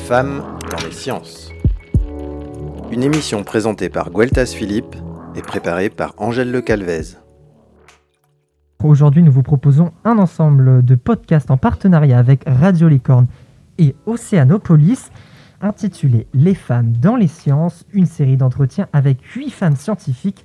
femmes dans les sciences. Une émission présentée par Gueltas Philippe et préparée par Angèle Le Calvez. Aujourd'hui, nous vous proposons un ensemble de podcasts en partenariat avec Radio Licorne et Océanopolis, intitulé « Les femmes dans les sciences », une série d'entretiens avec 8 femmes scientifiques.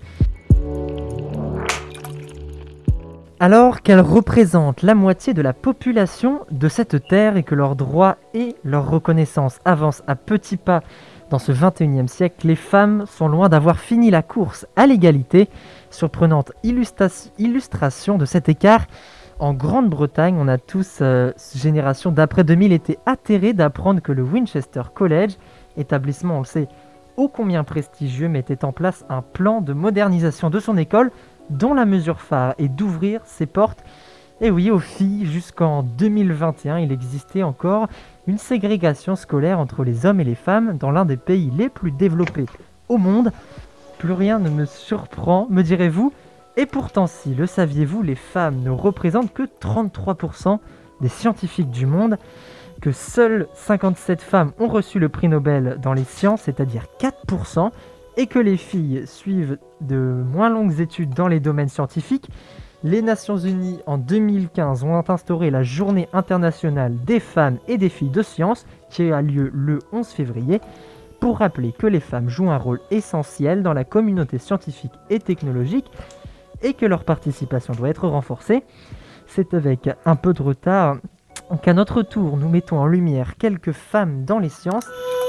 Alors qu'elles représentent la moitié de la population de cette terre et que leurs droits et leur reconnaissance avancent à petits pas dans ce 21e siècle, les femmes sont loin d'avoir fini la course à l'égalité. Surprenante illustration de cet écart. En Grande-Bretagne, on a tous, génération d'après 2000, été atterrés d'apprendre que le Winchester College, établissement, on le sait, ô combien prestigieux, mettait en place un plan de modernisation de son école, dont la mesure phare est d'ouvrir ses portes. Et oui, aux filles, jusqu'en 2021, il existait encore une ségrégation scolaire entre les hommes et les femmes dans l'un des pays les plus développés au monde. Plus rien ne me surprend, me direz-vous. Et pourtant, si, le saviez-vous, les femmes ne représentent que 33% des scientifiques du monde, que seules 57 femmes ont reçu le prix Nobel dans les sciences, c'est-à-dire 4%, et que les filles suivent de moins longues études dans les domaines scientifiques. Les Nations Unies, en 2015, ont instauré la Journée internationale des femmes et des filles de sciences, qui a lieu le 11 février, pour rappeler que les femmes jouent un rôle essentiel dans la communauté scientifique et technologique, et que leur participation doit être renforcée. C'est avec un peu de retard qu'à notre tour, nous mettons en lumière quelques femmes dans les sciences.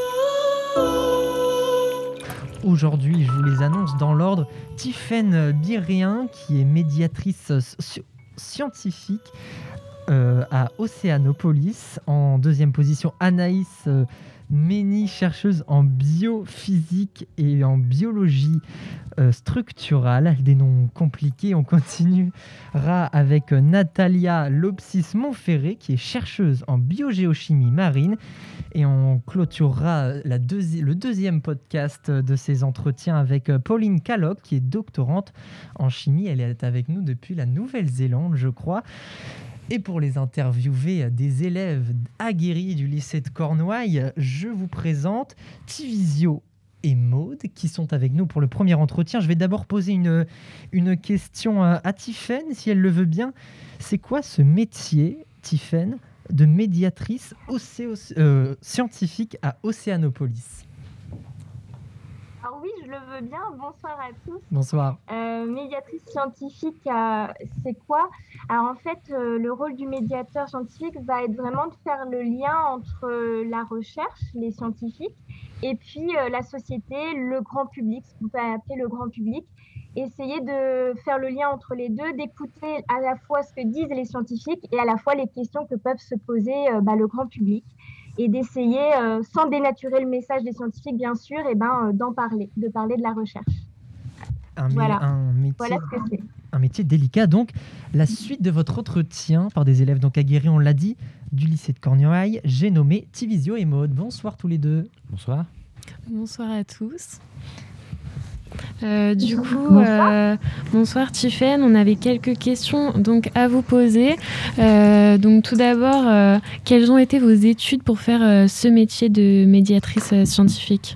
Aujourd'hui, je vous les annonce dans l'ordre. Tiffaine Birrien, qui est médiatrice scientifique à Océanopolis. En deuxième position, Anaïs Mény, chercheuse en biophysique et en biologie structurale. Des noms compliqués. On continuera avec Natalia Lopsis-Monferré, qui est chercheuse en biogéochimie marine. Et on clôturera le deuxième podcast de ces entretiens avec Pauline Calloc, qui est doctorante en chimie. Elle est avec nous depuis la Nouvelle-Zélande, je crois. Et pour les interviewer des élèves aguerris du lycée de Cornouailles, je vous présente Tivisio et Maude, qui sont avec nous pour le premier entretien. Je vais d'abord poser une question à Tiffaine, si elle le veut bien. C'est quoi ce métier, Tiffaine, de médiatrice scientifique à Océanopolis? Alors oui, je le veux bien. Bonsoir à tous. Bonsoir. Médiatrice scientifique, c'est quoi? Alors en fait, le rôle du médiateur scientifique va être vraiment de faire le lien entre la recherche, les scientifiques, et puis la société, le grand public, ce qu'on peut appeler le grand public. Essayer de faire le lien entre les deux, d'écouter à la fois ce que disent les scientifiques et à la fois les questions que peuvent se poser le grand public, et d'essayer, sans dénaturer le message des scientifiques bien sûr, d'en parler, de parler de la recherche. Voilà ce que c'est. Un métier délicat. Donc, la suite de votre entretien par des élèves donc aguerris, on l'a dit, du lycée de Cornouailles, j'ai nommé Tivisio et Maude. Bonsoir tous les deux. Bonsoir. Bonsoir à tous. Bonsoir Tiffaine, on avait quelques questions donc à vous poser. Donc tout d'abord, quelles ont été vos études pour faire ce métier de médiatrice scientifique?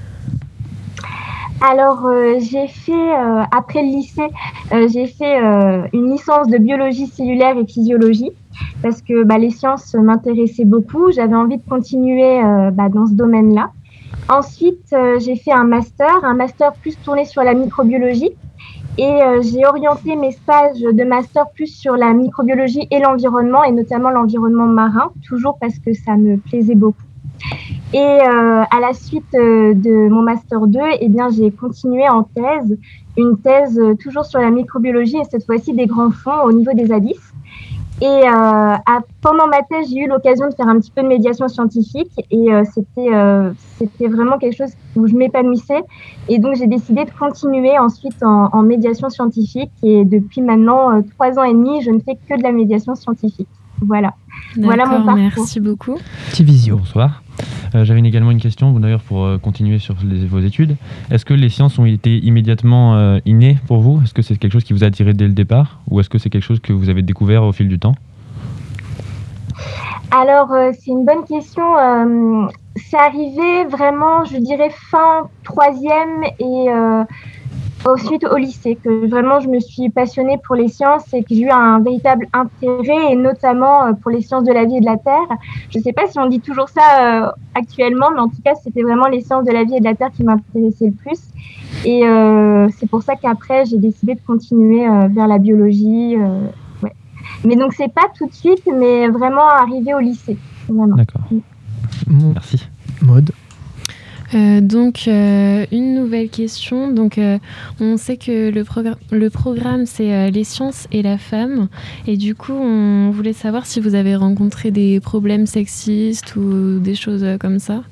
Alors, j'ai fait, après le lycée, j'ai fait une licence de biologie cellulaire et physiologie, parce que les sciences m'intéressaient beaucoup. J'avais envie de continuer dans ce domaine-là. Ensuite, j'ai fait un master plus tourné sur la microbiologie, et j'ai orienté mes stages de master plus sur la microbiologie et l'environnement, et notamment l'environnement marin, toujours parce que ça me plaisait beaucoup. Et à la suite de mon master 2, j'ai continué en thèse, une thèse toujours sur la microbiologie, et cette fois-ci des grands fonds au niveau des abysses. Et pendant ma thèse, j'ai eu l'occasion de faire un petit peu de médiation scientifique, et c'était vraiment quelque chose où je m'épanouissais. Et donc, j'ai décidé de continuer ensuite en médiation scientifique. Et depuis maintenant 3 ans et demi, je ne fais que de la médiation scientifique. Voilà. Voilà mon parcours. Merci beaucoup. Tivisio. Bonsoir. J'avais également une question, d'ailleurs, pour continuer sur vos études. Est-ce que les sciences ont été immédiatement innées pour vous? Est-ce que c'est quelque chose qui vous a attiré dès le départ? Ou est-ce que c'est quelque chose que vous avez découvert au fil du temps? Alors, c'est une bonne question. C'est arrivé vraiment, je dirais, fin troisième et ensuite au lycée, que vraiment je me suis passionnée pour les sciences et que j'ai eu un véritable intérêt, et notamment pour les sciences de la vie et de la Terre. Je ne sais pas si on dit toujours ça actuellement, mais en tout cas, c'était vraiment les sciences de la vie et de la Terre qui m'intéressaient le plus. Et c'est pour ça qu'après, j'ai décidé de continuer vers la biologie. Ouais. Mais donc, c'est pas tout de suite, mais vraiment arrivé au lycée. Vraiment. D'accord. Merci. Maud. Donc, une nouvelle question. Donc, on sait que le programme, c'est les sciences et la femme. Et du coup, on voulait savoir si vous avez rencontré des problèmes sexistes ou des choses comme ça.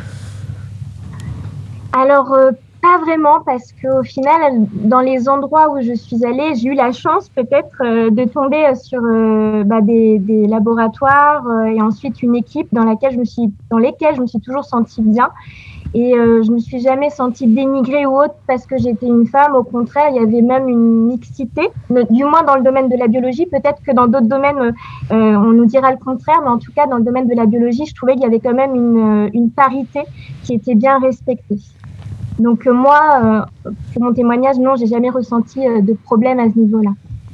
Alors, pas vraiment, parce qu'au final, dans les endroits où je suis allée, j'ai eu la chance peut-être de tomber sur des laboratoires et ensuite une équipe dans lesquelles je me suis toujours sentie bien. Et je me suis jamais sentie dénigrée ou autre parce que j'étais une femme. Au contraire, il y avait même une mixité, du moins dans le domaine de la biologie. Peut-être que dans d'autres domaines, on nous dira le contraire, mais en tout cas, dans le domaine de la biologie, je trouvais qu'il y avait quand même une parité qui était bien respectée. Donc moi, pour mon témoignage, non, j'ai jamais ressenti de problème à ce niveau-là.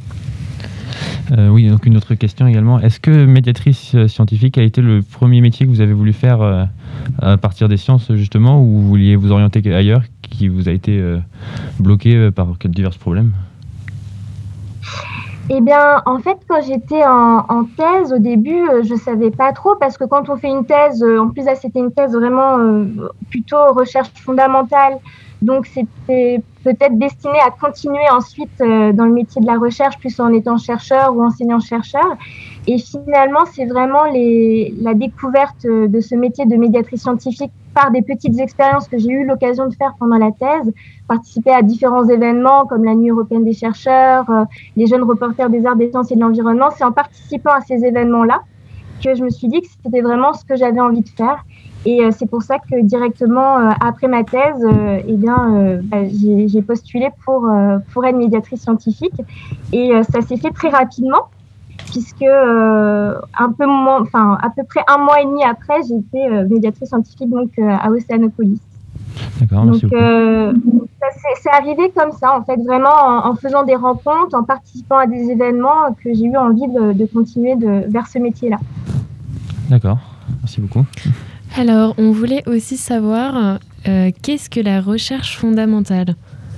Oui, donc une autre question également. Est-ce que médiatrice scientifique a été le premier métier que vous avez voulu faire à partir des sciences, justement, ou vous vouliez vous orienter ailleurs, qui vous a été bloqué par divers problèmes ? Eh bien, en fait, quand j'étais en thèse, au début, je savais pas trop, parce que quand on fait une thèse, en plus là, c'était une thèse vraiment plutôt recherche fondamentale, donc c'était peut-être destiné à continuer ensuite dans le métier de la recherche, plus en étant chercheur ou enseignant-chercheur. Et finalement, c'est vraiment la découverte de ce métier de médiatrice scientifique par des petites expériences que j'ai eu l'occasion de faire pendant la thèse, participer à différents événements comme la Nuit européenne des chercheurs, les jeunes reporters des arts, des sciences et de l'environnement. C'est en participant à ces événements-là que je me suis dit que c'était vraiment ce que j'avais envie de faire. Et c'est pour ça que directement après ma thèse, j'ai postulé pour être médiatrice scientifique. Et ça s'est fait très rapidement, puisque à peu près 1 mois et demi après, j'ai été médiatrice scientifique donc à Océanopolis. D'accord, merci beaucoup. C'est arrivé comme ça, en fait, vraiment en faisant des rencontres, en participant à des événements, que j'ai eu envie de continuer vers ce métier-là. D'accord, merci beaucoup. Alors, on voulait aussi savoir qu'est-ce que la recherche fondamentale ?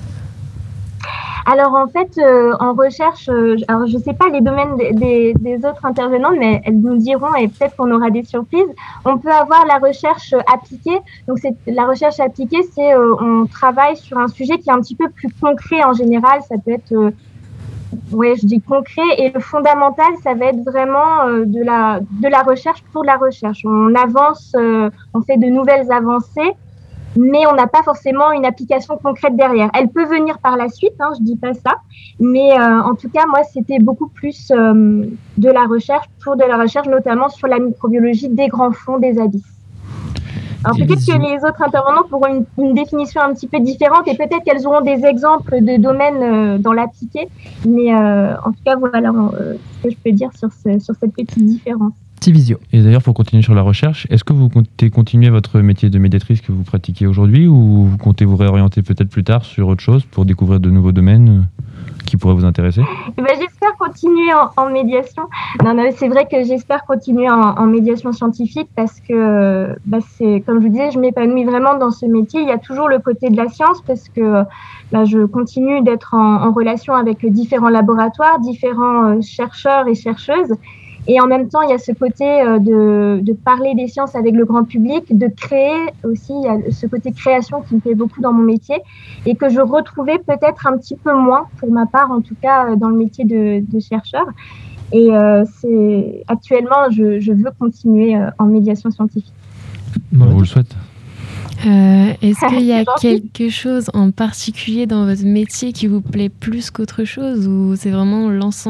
Alors en fait, en recherche, alors je ne sais pas les domaines des autres intervenants, mais elles nous diront et peut-être qu'on aura des surprises. On peut avoir la recherche appliquée. Donc la recherche appliquée, c'est on travaille sur un sujet qui est un petit peu plus concret en général. Ça peut être, je dis concret. Et le fondamental, ça va être vraiment de la recherche pour la recherche. On avance, on fait de nouvelles avancées, mais on n'a pas forcément une application concrète derrière. Elle peut venir par la suite, je dis pas ça, mais en tout cas, moi, c'était beaucoup plus de la recherche, notamment sur la microbiologie des grands fonds, des abysses. Alors peut-être que les autres intervenants pourront une définition un petit peu différente et peut-être qu'elles auront des exemples de domaines dans l'appliqué, mais en tout cas, voilà ce que je peux dire sur cette petite différence. Visio. Et d'ailleurs, pour continuer sur la recherche, est-ce que vous comptez continuer votre métier de médiatrice que vous pratiquez aujourd'hui, ou vous comptez vous réorienter peut-être plus tard sur autre chose pour découvrir de nouveaux domaines qui pourraient vous intéresser ? J'espère continuer en médiation. Non, c'est vrai que j'espère continuer en médiation scientifique parce que, c'est, comme je vous disais, je m'épanouis vraiment dans ce métier. Il y a toujours le côté de la science parce que je continue d'être en relation avec différents laboratoires, différents chercheurs et chercheuses. Et en même temps, il y a ce côté de parler des sciences avec le grand public, de créer aussi, il y a ce côté création qui me plaît beaucoup dans mon métier et que je retrouvais peut-être un petit peu moins, pour ma part en tout cas, dans le métier de chercheur. Et actuellement, je veux continuer en médiation scientifique. On vous le souhaite. Est-ce qu'il y a quelque chose en particulier dans votre métier qui vous plaît plus qu'autre chose, ou c'est vraiment l'ensemble ?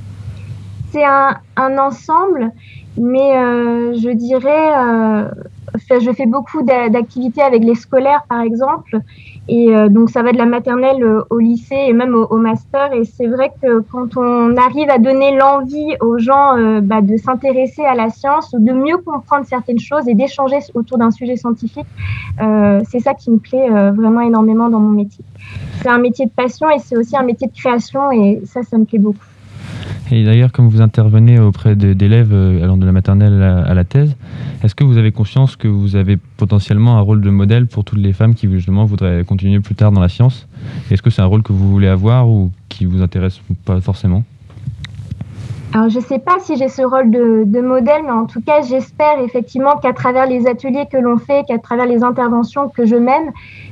C'est un ensemble, mais je dirais je fais beaucoup d'activités avec les scolaires, par exemple. Et donc, ça va de la maternelle au lycée et même au master. Et c'est vrai que quand on arrive à donner l'envie aux gens de s'intéresser à la science ou de mieux comprendre certaines choses et d'échanger autour d'un sujet scientifique, c'est ça qui me plaît vraiment énormément dans mon métier. C'est un métier de passion et c'est aussi un métier de création et ça me plaît beaucoup. Et d'ailleurs, comme vous intervenez auprès d'élèves allant de la maternelle à la thèse, est-ce que vous avez conscience que vous avez potentiellement un rôle de modèle pour toutes les femmes qui justement voudraient continuer plus tard dans la science ? Est-ce que c'est un rôle que vous voulez avoir ou qui vous intéresse pas forcément ? Alors, je ne sais pas si j'ai ce rôle de modèle, mais en tout cas, j'espère effectivement qu'à travers les ateliers que l'on fait, qu'à travers les interventions que je mène,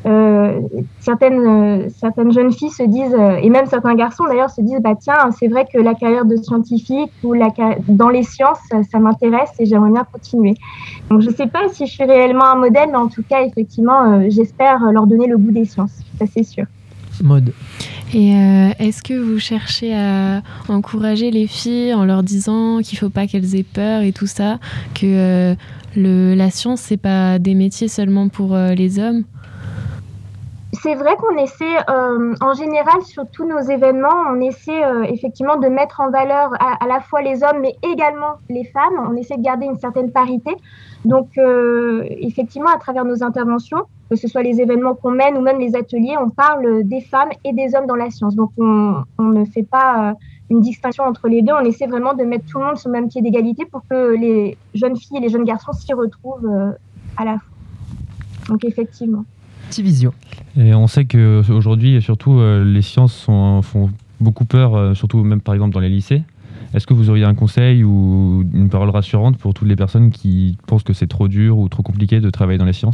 certaines jeunes filles se disent, et même certains garçons d'ailleurs, se disent tiens, c'est vrai que la carrière de scientifique ou dans les sciences, ça m'intéresse et j'aimerais bien continuer. Donc, je ne sais pas si je suis réellement un modèle, mais en tout cas, effectivement, j'espère leur donner le goût des sciences, ça c'est sûr. Maude. Et est-ce que vous cherchez à encourager les filles en leur disant qu'il ne faut pas qu'elles aient peur et tout ça, que la science, ce n'est pas des métiers seulement pour les hommes ? C'est vrai qu'on essaie, en général, sur tous nos événements, on essaie effectivement de mettre en valeur à la fois les hommes, mais également les femmes. On essaie de garder une certaine parité. Donc, effectivement, à travers nos interventions, que ce soit les événements qu'on mène ou même les ateliers, on parle des femmes et des hommes dans la science. Donc, on ne fait pas une distinction entre les deux. On essaie vraiment de mettre tout le monde sur le même pied d'égalité pour que les jeunes filles et les jeunes garçons s'y retrouvent à la fois. Donc, effectivement. Division. Et on sait qu'aujourd'hui, surtout, les sciences font beaucoup peur, surtout même par exemple dans les lycées. Est-ce que vous auriez un conseil ou une parole rassurante pour toutes les personnes qui pensent que c'est trop dur ou trop compliqué de travailler dans les sciences ?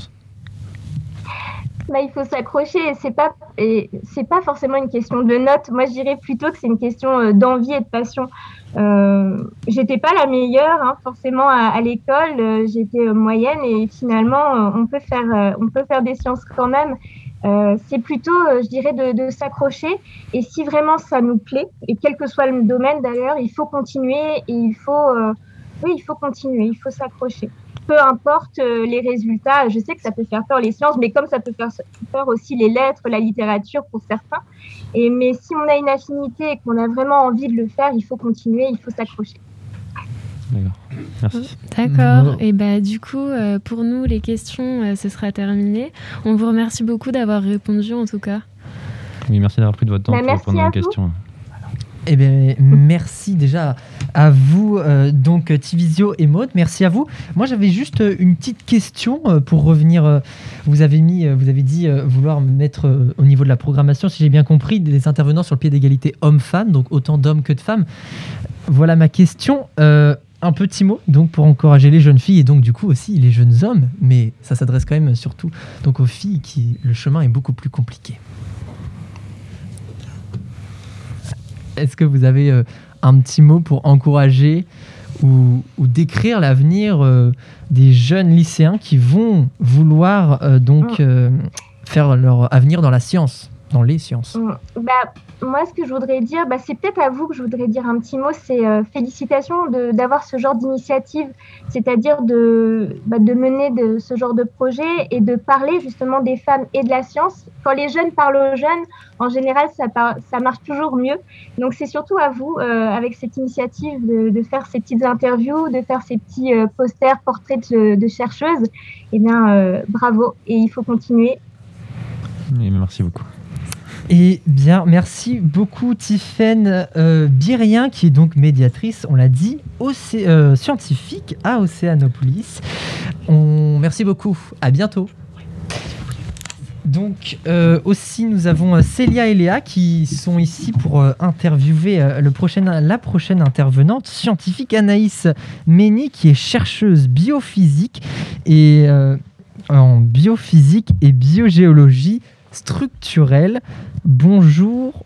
Il faut s'accrocher et c'est pas forcément une question de notes. Moi, je dirais plutôt que c'est une question d'envie et de passion. J'étais pas la meilleure, forcément à l'école. J'étais moyenne et finalement, on peut faire des sciences quand même. C'est plutôt, je dirais, de s'accrocher. Et si vraiment ça nous plaît, et quel que soit le domaine d'ailleurs, il faut continuer et il faut continuer, il faut s'accrocher. Peu importe les résultats, je sais que ça peut faire peur les sciences, mais comme ça peut faire peur aussi les lettres, la littérature pour certains. Mais si on a une affinité et qu'on a vraiment envie de le faire, il faut continuer, il faut s'accrocher. D'accord, merci. D'accord, et du coup, pour nous, les questions, ce sera terminé. On vous remercie beaucoup d'avoir répondu en tout cas. Oui, merci d'avoir pris de votre temps pour répondre aux questions. Eh bien, merci déjà à vous, donc Tivisio et Maude, merci à vous. Moi, j'avais juste une petite question pour revenir. Vous avez dit vouloir mettre au niveau de la programmation, si j'ai bien compris, des intervenants sur le pied d'égalité hommes-femmes, donc autant d'hommes que de femmes. Voilà ma question. Un petit mot donc pour encourager les jeunes filles et donc du coup aussi les jeunes hommes, mais ça s'adresse quand même surtout donc aux filles qui le chemin est beaucoup plus compliqué. Est-ce que vous avez un petit mot pour encourager ou décrire l'avenir des jeunes lycéens qui vont vouloir faire leur avenir dans la science, dans les sciences ? Moi, ce que je voudrais dire, c'est peut-être à vous que je voudrais dire un petit mot, c'est félicitations d'avoir ce genre d'initiative, c'est-à-dire de mener ce genre de projet et de parler justement des femmes et de la science. Quand les jeunes parlent aux jeunes, en général, ça marche toujours mieux. Donc, c'est surtout à vous, avec cette initiative, de faire ces petites interviews, de faire ces petits posters, portraits de chercheuses. Eh bien, bravo, et il faut continuer. Oui, merci beaucoup. Eh bien, merci beaucoup Tiffaine Birien, qui est donc médiatrice, on l'a dit, scientifique à Océanopolis. Merci beaucoup, à bientôt. Donc, aussi, nous avons Célia et Léa qui sont ici pour interviewer la prochaine intervenante scientifique, Anaïs Mény, qui est chercheuse biophysique et en biophysique et biogéologie structurelle. Bonjour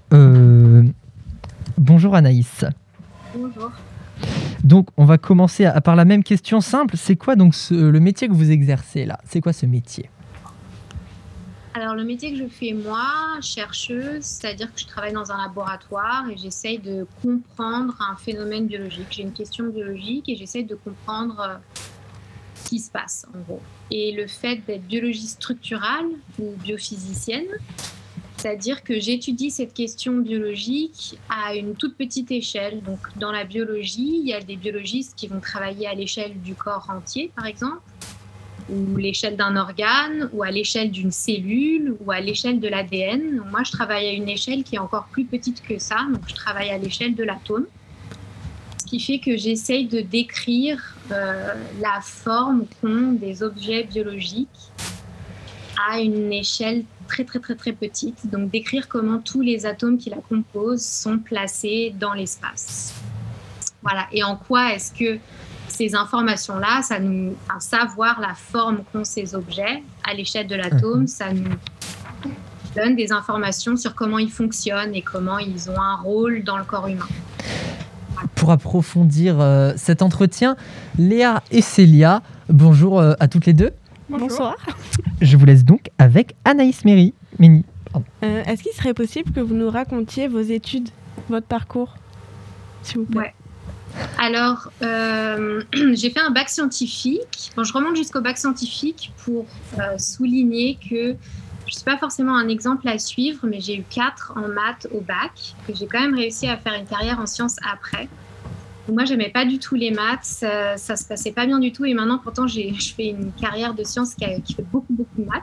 Anaïs. Bonjour. Donc on va commencer par la même question simple. C'est quoi donc le métier que vous exercez là ? C'est quoi ce métier ? Alors le métier que je fais moi, chercheuse, c'est-à-dire que je travaille dans un laboratoire et j'essaye de comprendre un phénomène biologique. J'ai une question biologique et j'essaye de comprendre ce qui se passe, en gros. Et le fait d'être biologiste structurale ou biophysicienne, c'est-à-dire que j'étudie cette question biologique à une toute petite échelle. Donc, dans la biologie, il y a des biologistes qui vont travailler à l'échelle du corps entier, par exemple, ou l'échelle d'un organe, ou à l'échelle d'une cellule, ou à l'échelle de l'ADN. Donc, moi, je travaille à une échelle qui est encore plus petite que ça. Donc, je travaille à l'échelle de l'atome. Ce qui fait que j'essaye de décrire la forme qu'ont des objets biologiques à une échelle très petite, donc décrire comment tous les atomes qui la composent sont placés dans l'espace. Voilà, et en quoi est-ce que ces informations-là, savoir la forme qu'ont ces objets à l'échelle de l'atome, ça nous donne des informations sur comment ils fonctionnent et comment ils ont un rôle dans le corps humain. Pour approfondir cet entretien, Léa et Célia, bonjour à toutes les deux. Bonsoir. Je vous laisse donc avec Anaïs Méni. Est-ce qu'il serait possible que vous nous racontiez vos études, votre parcours, s'il vous plaît? Ouais. Alors, j'ai fait un bac scientifique. Bon, je remonte jusqu'au bac scientifique pour souligner que je ne suis pas forcément un exemple à suivre, mais j'ai eu 4 en maths au bac, et j'ai quand même réussi à faire une carrière en sciences après. Moi, j'aimais pas du tout les maths, ça se passait pas bien du tout. Et maintenant, pourtant, je fais une carrière de sciences qui fait beaucoup de maths.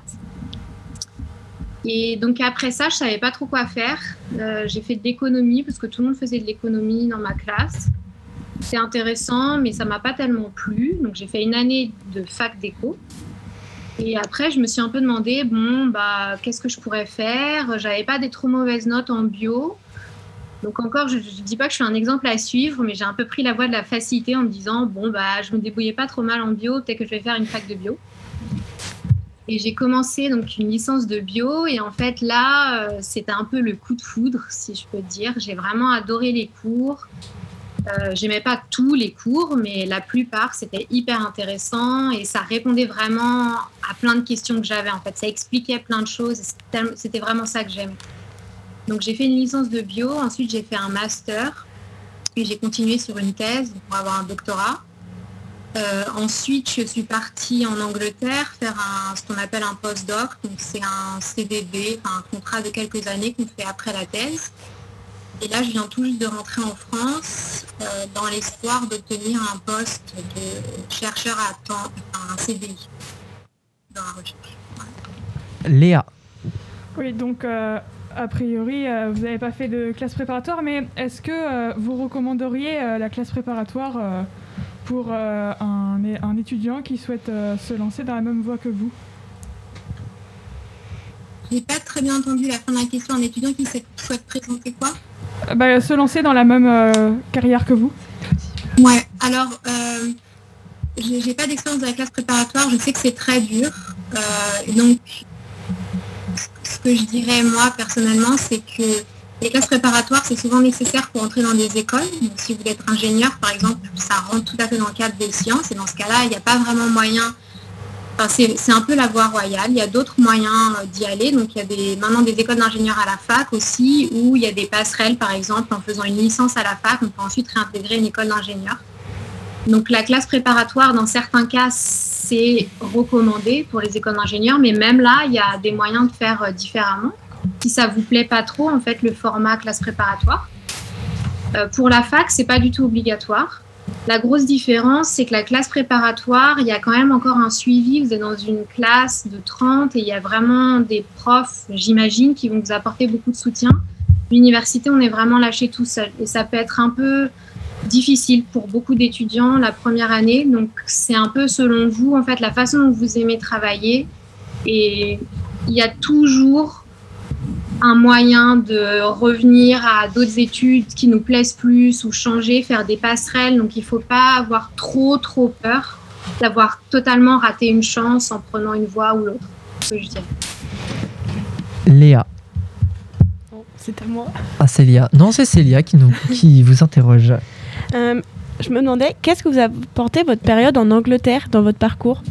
Et donc, après ça, je savais pas trop quoi faire. J'ai fait de l'économie, parce que tout le monde faisait de l'économie dans ma classe. C'est intéressant, mais ça m'a pas tellement plu. Donc, j'ai fait une année de fac d'éco. Et après, je me suis un peu demandé, qu'est-ce que je pourrais faire? J'avais pas des trop mauvaises notes en bio. Donc encore, je ne dis pas que je suis un exemple à suivre, mais j'ai un peu pris la voie de la facilité en me disant, je me débrouillais pas trop mal en bio, peut-être que je vais faire une fac de bio. Et j'ai commencé donc une licence de bio, et en fait là, c'était un peu le coup de foudre, si je peux dire. J'ai vraiment adoré les cours. J'aimais pas tous les cours, mais la plupart, c'était hyper intéressant, et ça répondait vraiment à plein de questions que j'avais. En fait, ça expliquait plein de choses, et c'était vraiment ça que j'aimais. Donc, j'ai fait une licence de bio, ensuite j'ai fait un master, et j'ai continué sur une thèse pour avoir un doctorat. Ensuite, je suis partie en Angleterre faire ce qu'on appelle un postdoc, donc c'est un CDD, un contrat de quelques années qu'on fait après la thèse. Et là, je viens tout juste de rentrer en France dans l'espoir d'obtenir un poste de chercheur à temps, un CDI dans la recherche. Voilà. Léa. Oui, donc a priori, vous n'avez pas fait de classe préparatoire, mais est-ce que vous recommanderiez la classe préparatoire pour un étudiant qui souhaite se lancer dans la même voie que vous? Je n'ai pas très bien entendu la fin de la question. Un étudiant qui souhaite présenter quoi? Se lancer dans la même carrière que vous. Ouais, alors, j'ai pas d'expérience de la classe préparatoire, je sais que c'est très dur. Donc, ce que je dirais, moi, personnellement, c'est que les classes préparatoires, c'est souvent nécessaire pour entrer dans des écoles. Donc, si vous voulez être ingénieur, par exemple, ça rentre tout à fait dans le cadre des sciences. Et dans ce cas-là, il n'y a pas vraiment moyen... Enfin, c'est un peu la voie royale. Il y a d'autres moyens d'y aller. Donc, il y a maintenant des écoles d'ingénieurs à la fac aussi, où il y a des passerelles, par exemple, en faisant une licence à la fac, on peut ensuite réintégrer une école d'ingénieur. Donc, la classe préparatoire, dans certains cas, c'est recommandé pour les écoles d'ingénieurs, mais même là, il y a des moyens de faire différemment. Si ça vous plaît pas trop, en fait, le format classe préparatoire. Pour la fac, c'est pas du tout obligatoire. La grosse différence, c'est que la classe préparatoire, il y a quand même encore un suivi. Vous êtes dans une classe de 30 et il y a vraiment des profs, j'imagine, qui vont vous apporter beaucoup de soutien. L'université, on est vraiment lâché tout seul. Et ça peut être un peu difficile pour beaucoup d'étudiants la première année. Donc, c'est un peu selon vous, en fait, la façon dont vous aimez travailler. Et il y a toujours un moyen de revenir à d'autres études qui nous plaisent plus ou changer, faire des passerelles. Donc, il ne faut pas avoir trop peur d'avoir totalement raté une chance en prenant une voie ou l'autre, ce que je dirais. Léa. Bon, c'est à moi. Ah, Célia. Non, c'est Célia qui vous interroge. Je me demandais, qu'est-ce que vous apportez votre période en Angleterre dans votre parcours?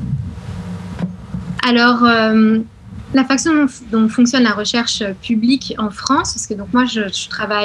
Alors, la façon dont fonctionne la recherche publique en France, parce que donc moi je travaille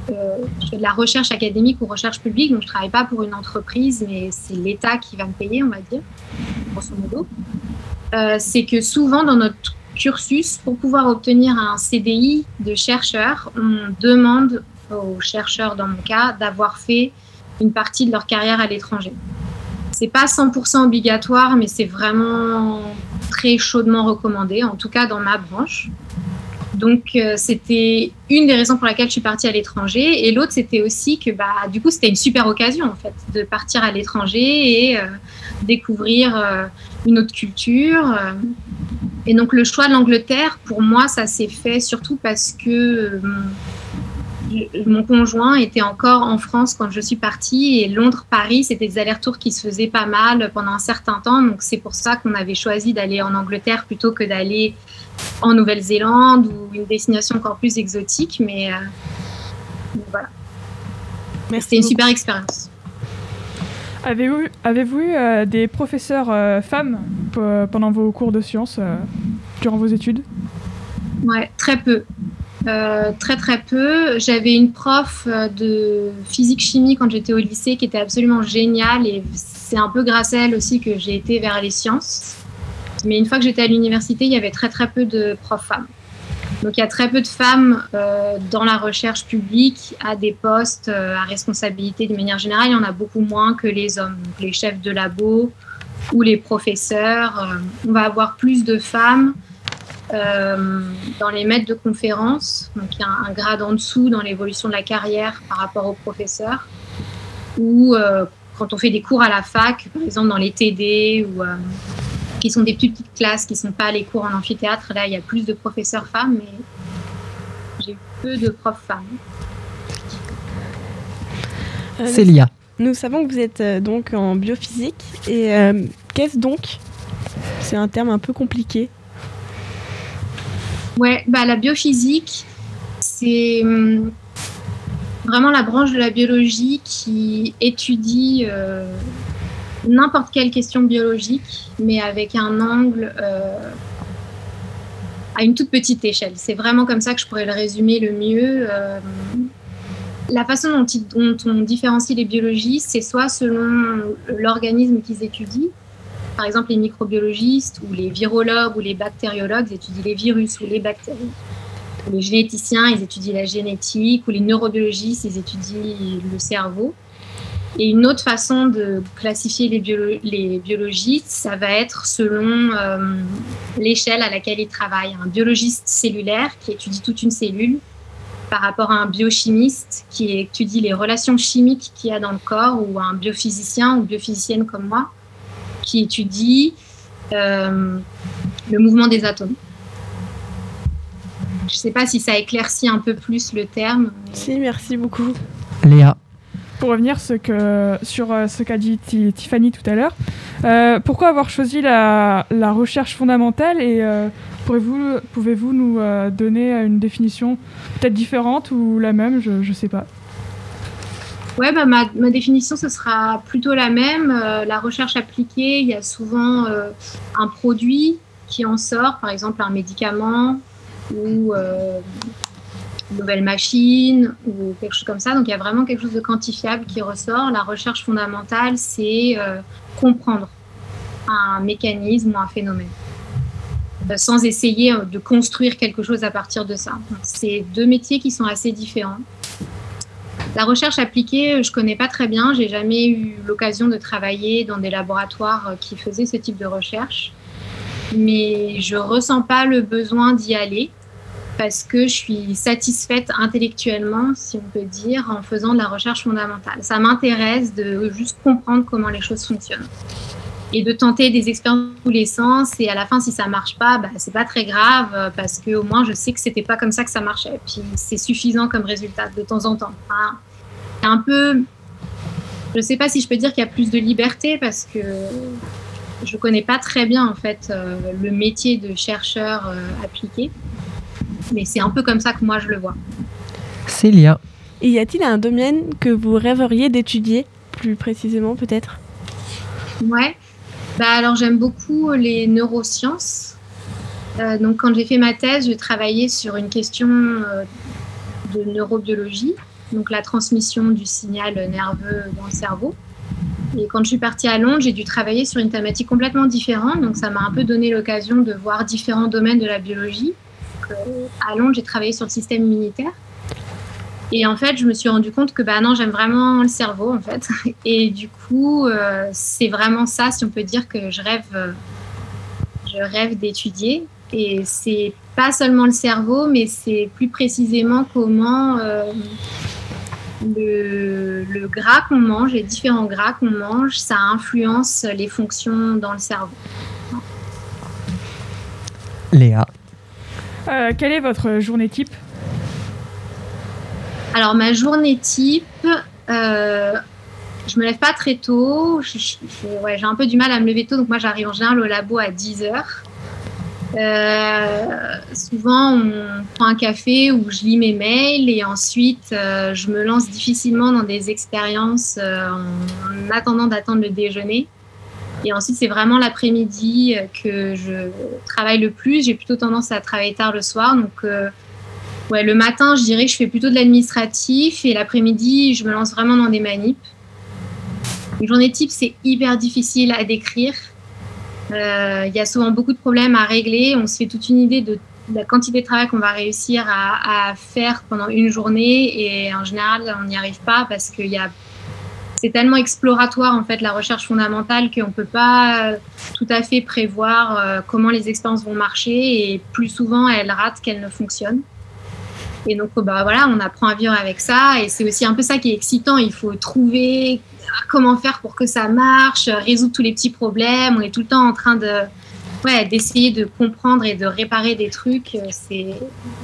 je fais de la recherche académique ou recherche publique, donc je ne travaille pas pour une entreprise, mais c'est l'État qui va me payer, on va dire, grosso modo. C'est que souvent, dans notre cursus, pour pouvoir obtenir un CDI de chercheur, on demande aux chercheurs, dans mon cas, d'avoir fait une partie de leur carrière à l'étranger. C'est pas 100% obligatoire, mais c'est vraiment très chaudement recommandé, en tout cas dans ma branche. Donc, c'était une des raisons pour laquelle je suis partie à l'étranger. Et l'autre, c'était aussi que, du coup, c'était une super occasion, en fait, de partir à l'étranger et découvrir une autre culture. Et donc, le choix de l'Angleterre, pour moi, ça s'est fait surtout parce que mon conjoint était encore en France quand je suis partie. Et Londres-Paris, c'était des allers-retours qui se faisaient pas mal pendant un certain temps. Donc, c'est pour ça qu'on avait choisi d'aller en Angleterre plutôt que d'aller en Nouvelle-Zélande ou une destination encore plus exotique. Mais voilà. C'était une super expérience. Avez-vous eu des professeurs femmes pendant vos cours de sciences durant vos études? Ouais, très peu. Très peu. J'avais une prof de physique-chimie quand j'étais au lycée qui était absolument géniale et c'est un peu grâce à elle aussi que j'ai été vers les sciences. Mais une fois que j'étais à l'université, il y avait très peu de profs femmes. Donc il y a très peu de femmes dans la recherche publique à des postes à responsabilité de manière générale. Il y en a beaucoup moins que les hommes. Donc les chefs de labo ou les professeurs. On va avoir plus de femmes dans les maîtres de conférences. Donc il y a un grade en dessous dans l'évolution de la carrière par rapport aux professeurs. Ou quand on fait des cours à la fac, par exemple dans les TD ou qui sont des petites classes, qui ne sont pas les cours en amphithéâtre. Là, il y a plus de professeurs femmes, mais j'ai eu peu de profs femmes. Célia. Nous savons que vous êtes donc en biophysique. Et qu'est-ce donc? C'est un terme un peu compliqué. Ouais, la biophysique, c'est vraiment la branche de la biologie qui étudie n'importe quelle question biologique, mais avec un angle à une toute petite échelle. C'est vraiment comme ça que je pourrais le résumer le mieux. La façon dont on différencie les biologies, c'est soit selon l'organisme qu'ils étudient. Par exemple, les microbiologistes ou les virologues ou les bactériologues étudient les virus ou les bactéries. Les généticiens, ils étudient la génétique, ou les neurobiologistes, ils étudient le cerveau. Et une autre façon de classifier les biologistes, ça va être selon l'échelle à laquelle ils travaillent. Un biologiste cellulaire qui étudie toute une cellule par rapport à un biochimiste qui étudie les relations chimiques qu'il y a dans le corps, ou un biophysicien ou biophysicienne comme moi qui étudie le mouvement des atomes. Je ne sais pas si ça éclaircit un peu plus le terme. Si, merci beaucoup. Léa. Pour revenir sur ce qu'a dit Tiffany tout à l'heure, pourquoi avoir choisi la recherche fondamentale et pouvez-vous nous donner une définition peut-être différente ou la même, je ne sais pas. Ouais, ma définition, ce sera plutôt la même. La recherche appliquée, il y a souvent un produit qui en sort, par exemple un médicament ou une nouvelle machine ou quelque chose comme ça. Donc, il y a vraiment quelque chose de quantifiable qui ressort. La recherche fondamentale, c'est comprendre un mécanisme ou un phénomène sans essayer de construire quelque chose à partir de ça. Donc, c'est deux métiers qui sont assez différents. La recherche appliquée, je ne connais pas très bien. Je n'ai jamais eu l'occasion de travailler dans des laboratoires qui faisaient ce type de recherche. Mais je ne ressens pas le besoin d'y aller parce que je suis satisfaite intellectuellement, si on peut dire, en faisant de la recherche fondamentale. Ça m'intéresse de juste comprendre comment les choses fonctionnent et de tenter des expériences dans tous les sens. Et à la fin, si ça ne marche pas, ce n'est pas très grave parce qu'au moins, je sais que ce n'était pas comme ça que ça marchait. Et puis, c'est suffisant comme résultat de temps en temps. Hein. C'est un peu... Je ne sais pas si je peux dire qu'il y a plus de liberté parce que je ne connais pas très bien, en fait, le métier de chercheur appliqué. Mais c'est un peu comme ça que moi, je le vois. Célia. Et y a-t-il un domaine que vous rêveriez d'étudier, plus précisément peut-être? Ouais. Alors, j'aime beaucoup les neurosciences. Donc, quand j'ai fait ma thèse, je travaillais sur une question de neurobiologie. donc la transmission du signal nerveux dans le cerveau. Et quand je suis partie à Londres, j'ai dû travailler sur une thématique complètement différente, donc ça m'a un peu donné l'occasion de voir différents domaines de la biologie. Donc, à Londres, j'ai travaillé sur le système immunitaire. Et en fait, je me suis rendu compte que non, j'aime vraiment le cerveau, en fait. Et du coup, c'est vraiment ça, si on peut dire, que je rêve d'étudier. Et c'est pas seulement le cerveau, mais c'est plus précisément comment le gras qu'on mange, les différents gras qu'on mange, ça influence les fonctions dans le cerveau. Léa. Quelle est votre journée type ? Alors, ma journée type, je me lève pas très tôt. J'ai un peu du mal à me lever tôt, donc moi, j'arrive en général au labo à 10h. Souvent, on prend un café où je lis mes mails et ensuite, je me lance difficilement dans des expériences en attendant d'attendre le déjeuner. Et ensuite, c'est vraiment l'après-midi que je travaille le plus. J'ai plutôt tendance à travailler tard le soir, donc... le matin, je dirais que je fais plutôt de l'administratif et l'après-midi, je me lance vraiment dans des manips. Une journée type, c'est hyper difficile à décrire. Il y a souvent beaucoup de problèmes à régler. On se fait toute une idée de la quantité de travail qu'on va réussir à faire pendant une journée et en général, on n'y arrive pas parce que c'est tellement exploratoire en fait la recherche fondamentale qu'on ne peut pas tout à fait prévoir comment les expériences vont marcher et plus souvent, elles ratent qu'elles ne fonctionnent. Et donc, on apprend à vivre avec ça. Et c'est aussi un peu ça qui est excitant. Il faut trouver comment faire pour que ça marche, résoudre tous les petits problèmes. On est tout le temps en train d'essayer de comprendre et de réparer des trucs. Je sais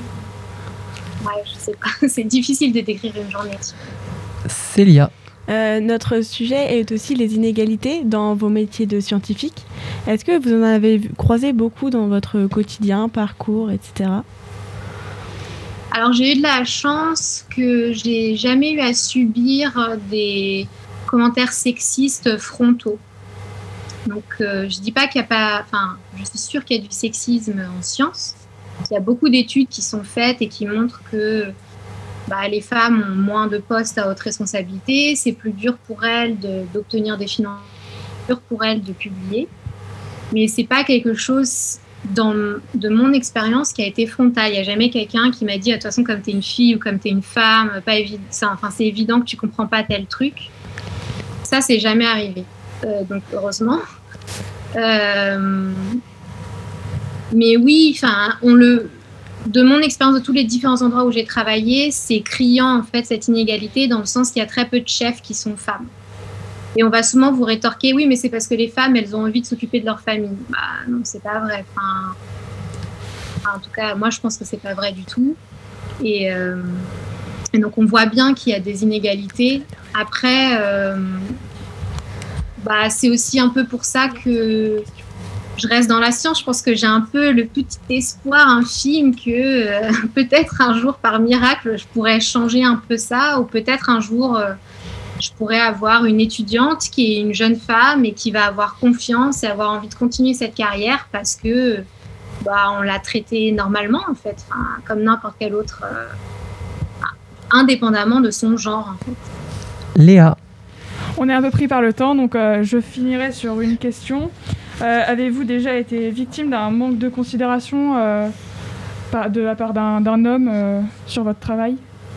pas. C'est difficile de décrire une journée. Célia. Notre sujet est aussi les inégalités dans vos métiers de scientifique. Est-ce que vous en avez croisé beaucoup dans votre quotidien, parcours, etc. Alors, j'ai eu de la chance que j'ai jamais eu à subir des commentaires sexistes frontaux. Donc, je dis pas qu'il y a pas... Enfin, je suis sûre qu'il y a du sexisme en sciences. Il y a beaucoup d'études qui sont faites et qui montrent que les femmes ont moins de postes à haute responsabilité. C'est plus dur pour elles d'obtenir des financements, plus dur pour elles de publier. Mais c'est pas quelque chose... de mon expérience qui a été frontale. Il n'y a jamais quelqu'un qui m'a dit de toute façon comme tu es une fille ou comme tu es une femme, c'est évident que tu ne comprends pas tel truc. Ça, c'est jamais arrivé. Donc heureusement. Mais oui, de mon expérience de tous les différents endroits où j'ai travaillé, c'est criant en fait cette inégalité dans le sens qu'il y a très peu de chefs qui sont femmes. Et on va souvent vous rétorquer, oui, mais c'est parce que les femmes, elles ont envie de s'occuper de leur famille. Non, c'est pas vrai. En tout cas, moi, je pense que c'est pas vrai du tout. Et donc, on voit bien qu'il y a des inégalités. Après, c'est aussi un peu pour ça que je reste dans la science. Je pense que j'ai un peu le petit espoir infime que peut-être un jour, par miracle, je pourrais changer un peu ça, ou peut-être un jour... je pourrais avoir une étudiante qui est une jeune femme et qui va avoir confiance et avoir envie de continuer cette carrière parce que on l'a traitée normalement en fait, comme n'importe quel autre, indépendamment de son genre en fait. Léa. On est un peu pris par le temps, donc je finirai sur une question. Avez-vous déjà été victime d'un manque de considération de la part d'un homme sur votre travail ?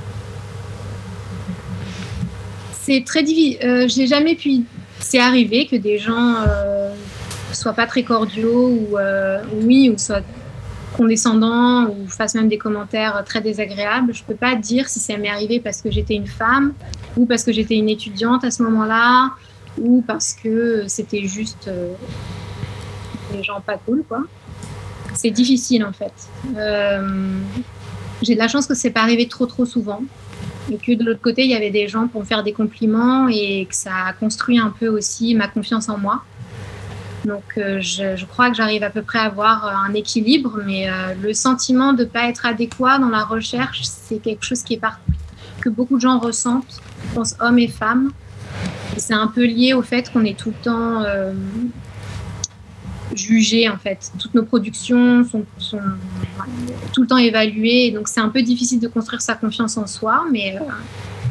C'est très difficile. J'ai jamais pu. C'est arrivé que des gens soient pas très cordiaux ou soient condescendants ou fassent même des commentaires très désagréables. Je peux pas dire si ça m'est arrivé parce que j'étais une femme ou parce que j'étais une étudiante à ce moment-là ou parce que c'était juste des gens pas cool, quoi. C'est difficile en fait. J'ai de la chance que c'est pas arrivé trop souvent. Et que de l'autre côté, il y avait des gens pour me faire des compliments et que ça a construit un peu aussi ma confiance en moi. Donc, je crois que j'arrive à peu près à avoir un équilibre, mais le sentiment de ne pas être adéquat dans la recherche, c'est quelque chose que beaucoup de gens ressentent, je pense hommes et femmes. Et c'est un peu lié au fait qu'on est tout le temps jugés, en fait. Toutes nos productions sont tout le temps évaluées, et donc c'est un peu difficile de construire sa confiance en soi, mais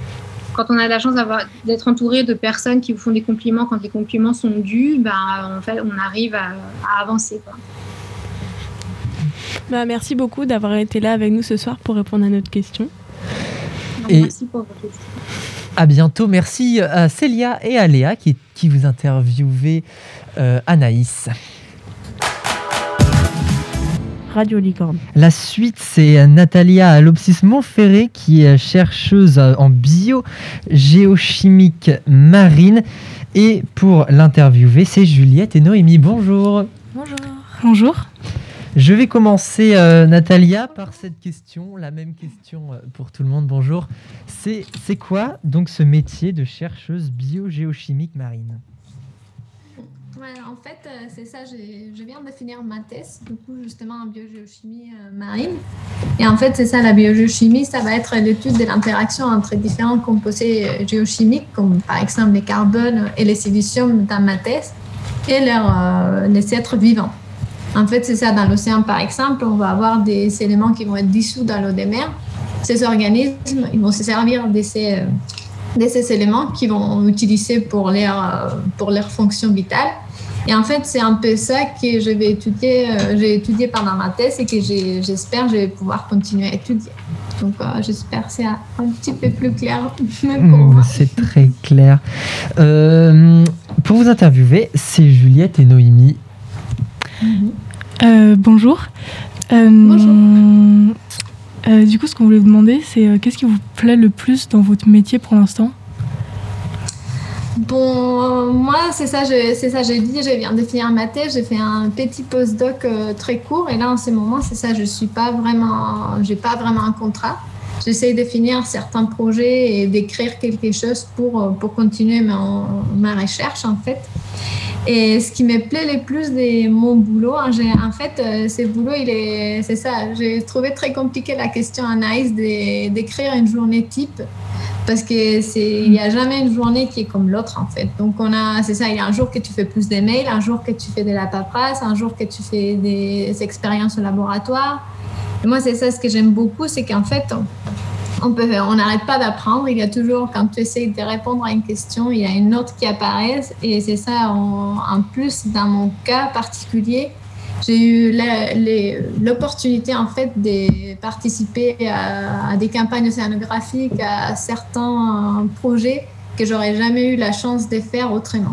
quand on a la chance d'être entouré de personnes qui vous font des compliments quand les compliments sont dus, en fait, on arrive à avancer, quoi. Merci beaucoup d'avoir été là avec nous ce soir pour répondre à notre question. Merci pour vos questions. À bientôt. Merci à Célia et à Léa qui vous interviewaient Anaïs. Radio Licorne. La suite, c'est Natalia Alopsis-Montferré qui est chercheuse en biogéochimique marine. Et pour l'interviewer, c'est Juliette et Noémie. Bonjour. Bonjour. Bonjour. Je vais commencer, Natalia, par cette question, la même question pour tout le monde. Bonjour. C'est quoi donc ce métier de chercheuse biogéochimique marine ? Ouais, en fait, c'est ça, je viens de finir ma thèse, du coup, justement, en biogéochimie marine. Et en fait, c'est ça, la biogéochimie, ça va être l'étude de l'interaction entre différents composés géochimiques, comme par exemple les carbones et les siliciums dans ma thèse, et les êtres vivants. En fait, c'est ça, dans l'océan, par exemple, on va avoir des éléments qui vont être dissous dans l'eau des mers. Ces organismes, ils vont se servir de ces éléments qu'ils vont utiliser pour leur fonction vitale. Et en fait, c'est un peu ça que j'ai étudié pendant ma thèse et que j'espère que je vais pouvoir continuer à étudier. Donc, j'espère que c'est un petit peu plus clair pour moi. C'est très clair. Pour vous interviewer, c'est Juliette et Noémie. Bonjour. Bonjour. Du coup, ce qu'on voulait vous demander, c'est qu'est-ce qui vous plaît le plus dans votre métier pour l'instant ? Bon, moi, c'est ça, j'ai dit, je viens de finir ma thèse, j'ai fait un petit postdoc très court, et là, en ce moment, c'est ça, j'ai pas vraiment un contrat. J'essaie de finir certains projets et d'écrire quelque chose pour continuer ma recherche, en fait. Et ce qui me plaît le plus de mon boulot, en fait, ce boulot, c'est ça, j'ai trouvé très compliqué la question Anaïs d'écrire une journée type, parce qu'il n'y a jamais une journée qui est comme l'autre, en fait. Donc, c'est ça, il y a un jour que tu fais plus des mails, un jour que tu fais de la paperasse, un jour que tu fais des expériences au laboratoire. Et moi, c'est ça, ce que j'aime beaucoup, c'est qu'en fait, on n'arrête pas d'apprendre. Il y a toujours, quand tu essayes de répondre à une question, il y a une autre qui apparaît. Et c'est ça, en plus, dans mon cas particulier, j'ai eu l'opportunité, en fait, de participer à des campagnes océanographiques, à certains projets que j'aurais jamais eu la chance de faire autrement.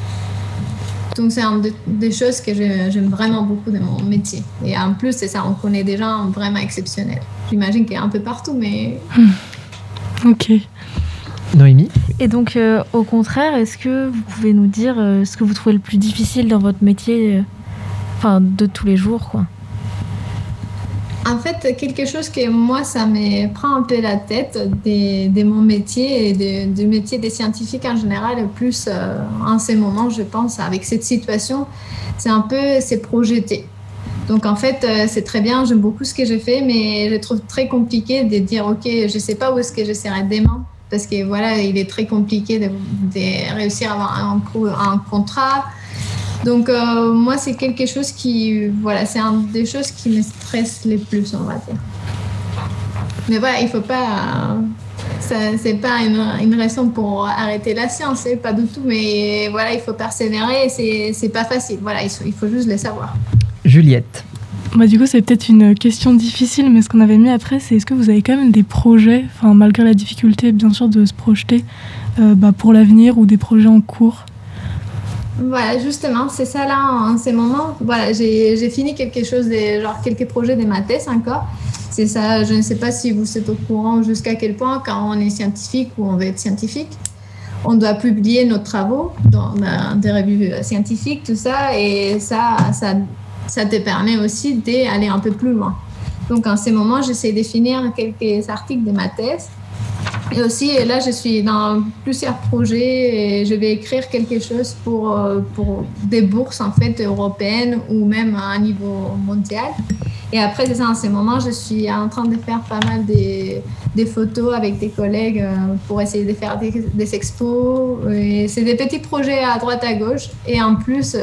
Donc, c'est une des choses que j'aime vraiment beaucoup de mon métier. Et en plus, c'est ça, on connaît des gens vraiment exceptionnels. J'imagine qu'il y a un peu partout, mais... Ok. Noémie ? Et donc, au contraire, est-ce que vous pouvez nous dire ce que vous trouvez le plus difficile dans votre métier, de tous les jours, quoi ? En fait, quelque chose que moi, ça me prend un peu la tête de mon métier et du métier des scientifiques en général, plus en ces moments, je pense, avec cette situation, c'est projeter. Donc, en fait, c'est très bien, j'aime beaucoup ce que j'ai fait, mais je trouve très compliqué de dire, OK, je ne sais pas où est-ce que je serai demain, parce que voilà, il est très compliqué de réussir à avoir un contrat. Donc, moi, c'est quelque chose c'est une des choses qui me stresse le plus, on va dire. Mais voilà, il faut pas... c'est pas une raison pour arrêter la science, pas du tout. Mais voilà, il faut persévérer, c'est pas facile. Voilà, il faut juste le savoir. Juliette. Du coup, c'est peut-être une question difficile, mais ce qu'on avait mis après, c'est est-ce que vous avez quand même des projets, malgré la difficulté, bien sûr, de se projeter pour l'avenir ou des projets en cours ? Voilà, justement, c'est ça là, en ces moments. Voilà, j'ai fini quelque chose, quelques projets de ma thèse encore. C'est ça, je ne sais pas si vous êtes au courant jusqu'à quel point, quand on est scientifique ou on veut être scientifique, on doit publier nos travaux dans des revues scientifiques, tout ça, et ça te permet aussi d'aller un peu plus loin. Donc, en ces moments, j'essaie de finir quelques articles de ma thèse. Et aussi, là, je suis dans plusieurs projets et je vais écrire quelque chose pour des bourses, en fait, européennes ou même à un niveau mondial. Et après, c'est ça, en ce moment, je suis en train de faire pas mal des photos avec des collègues pour essayer de faire des expos. Et c'est des petits projets à droite, à gauche. Et en plus,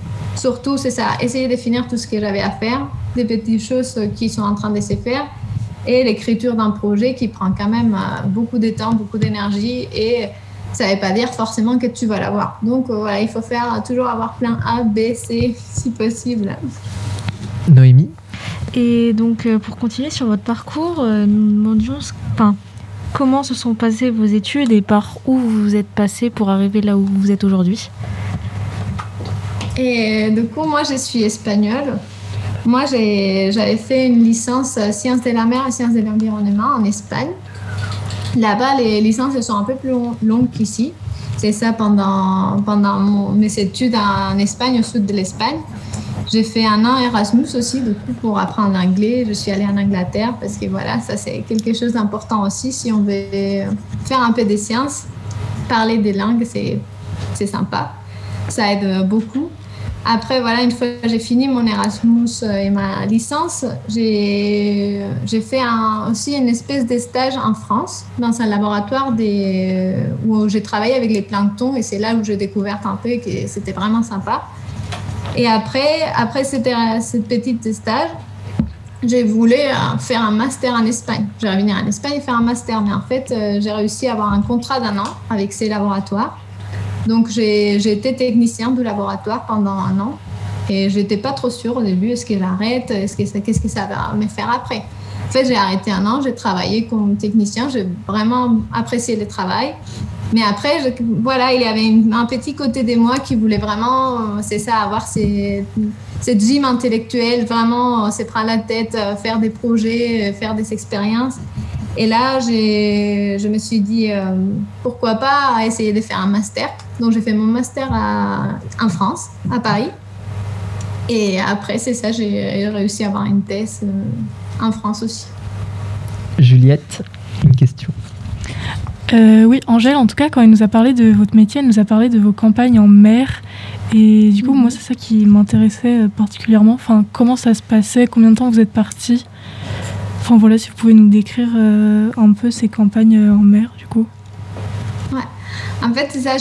surtout, c'est ça, essayer de finir tout ce que j'avais à faire, des petites choses qui sont en train de se faire. et l'écriture d'un projet qui prend quand même beaucoup de temps, beaucoup d'énergie et ça ne veut pas dire forcément que tu vas l'avoir. Donc voilà, il faut toujours avoir plan A, B, C si possible. Noémie. Et donc pour continuer sur votre parcours, nous demandions comment se sont passées vos études et par où vous êtes passé pour arriver là où vous êtes aujourd'hui. Et du coup, moi je suis espagnole. Moi j'avais fait une licence sciences de la mer et sciences de l'environnement en Espagne. Là-bas, les licences elles sont un peu plus longues qu'ici. C'est ça pendant mes études en Espagne, au sud de l'Espagne. J'ai fait 1 an Erasmus aussi, du coup, pour apprendre l'anglais. Je suis allée en Angleterre parce que voilà, ça c'est quelque chose d'important aussi si on veut faire un peu des sciences. Parler des langues, c'est sympa. Ça aide beaucoup. Après, voilà, une fois que j'ai fini mon Erasmus et ma licence, j'ai fait aussi une espèce de stage en France, dans un laboratoire où j'ai travaillé avec les planctons et c'est là où j'ai découvert un peu que c'était vraiment sympa. Et après cette petite stage, j'ai voulu faire un master en Espagne. J'ai revenir en Espagne et faire un master, mais en fait, j'ai réussi à avoir un contrat d'1 an avec ces laboratoires. Donc, j'ai été technicien du laboratoire pendant 1 an et je n'étais pas trop sûre au début. Est-ce que j'arrête? Qu'est-ce que ça va me faire après? En fait, j'ai arrêté 1 an, j'ai travaillé comme technicien, j'ai vraiment apprécié le travail. Mais après, voilà, il y avait un petit côté de moi qui voulait vraiment, c'est ça, avoir cette gym intellectuelle, vraiment se prendre la tête, faire des projets, faire des expériences. Et là, je me suis dit, pourquoi pas essayer de faire un master. Donc, j'ai fait mon master en France, à Paris. Et après, c'est ça, j'ai réussi à avoir une thèse en France aussi. Juliette, une question. Oui, Angèle, en tout cas, quand elle nous a parlé de votre métier, elle nous a parlé de vos campagnes en mer. Et du coup, moi, c'est ça qui m'intéressait particulièrement. Enfin, comment ça se passait? Combien de temps vous êtes partis? Enfin, voilà, si vous pouvez nous décrire un peu ces campagnes en mer, du coup. Ouais. En fait, c'est ça,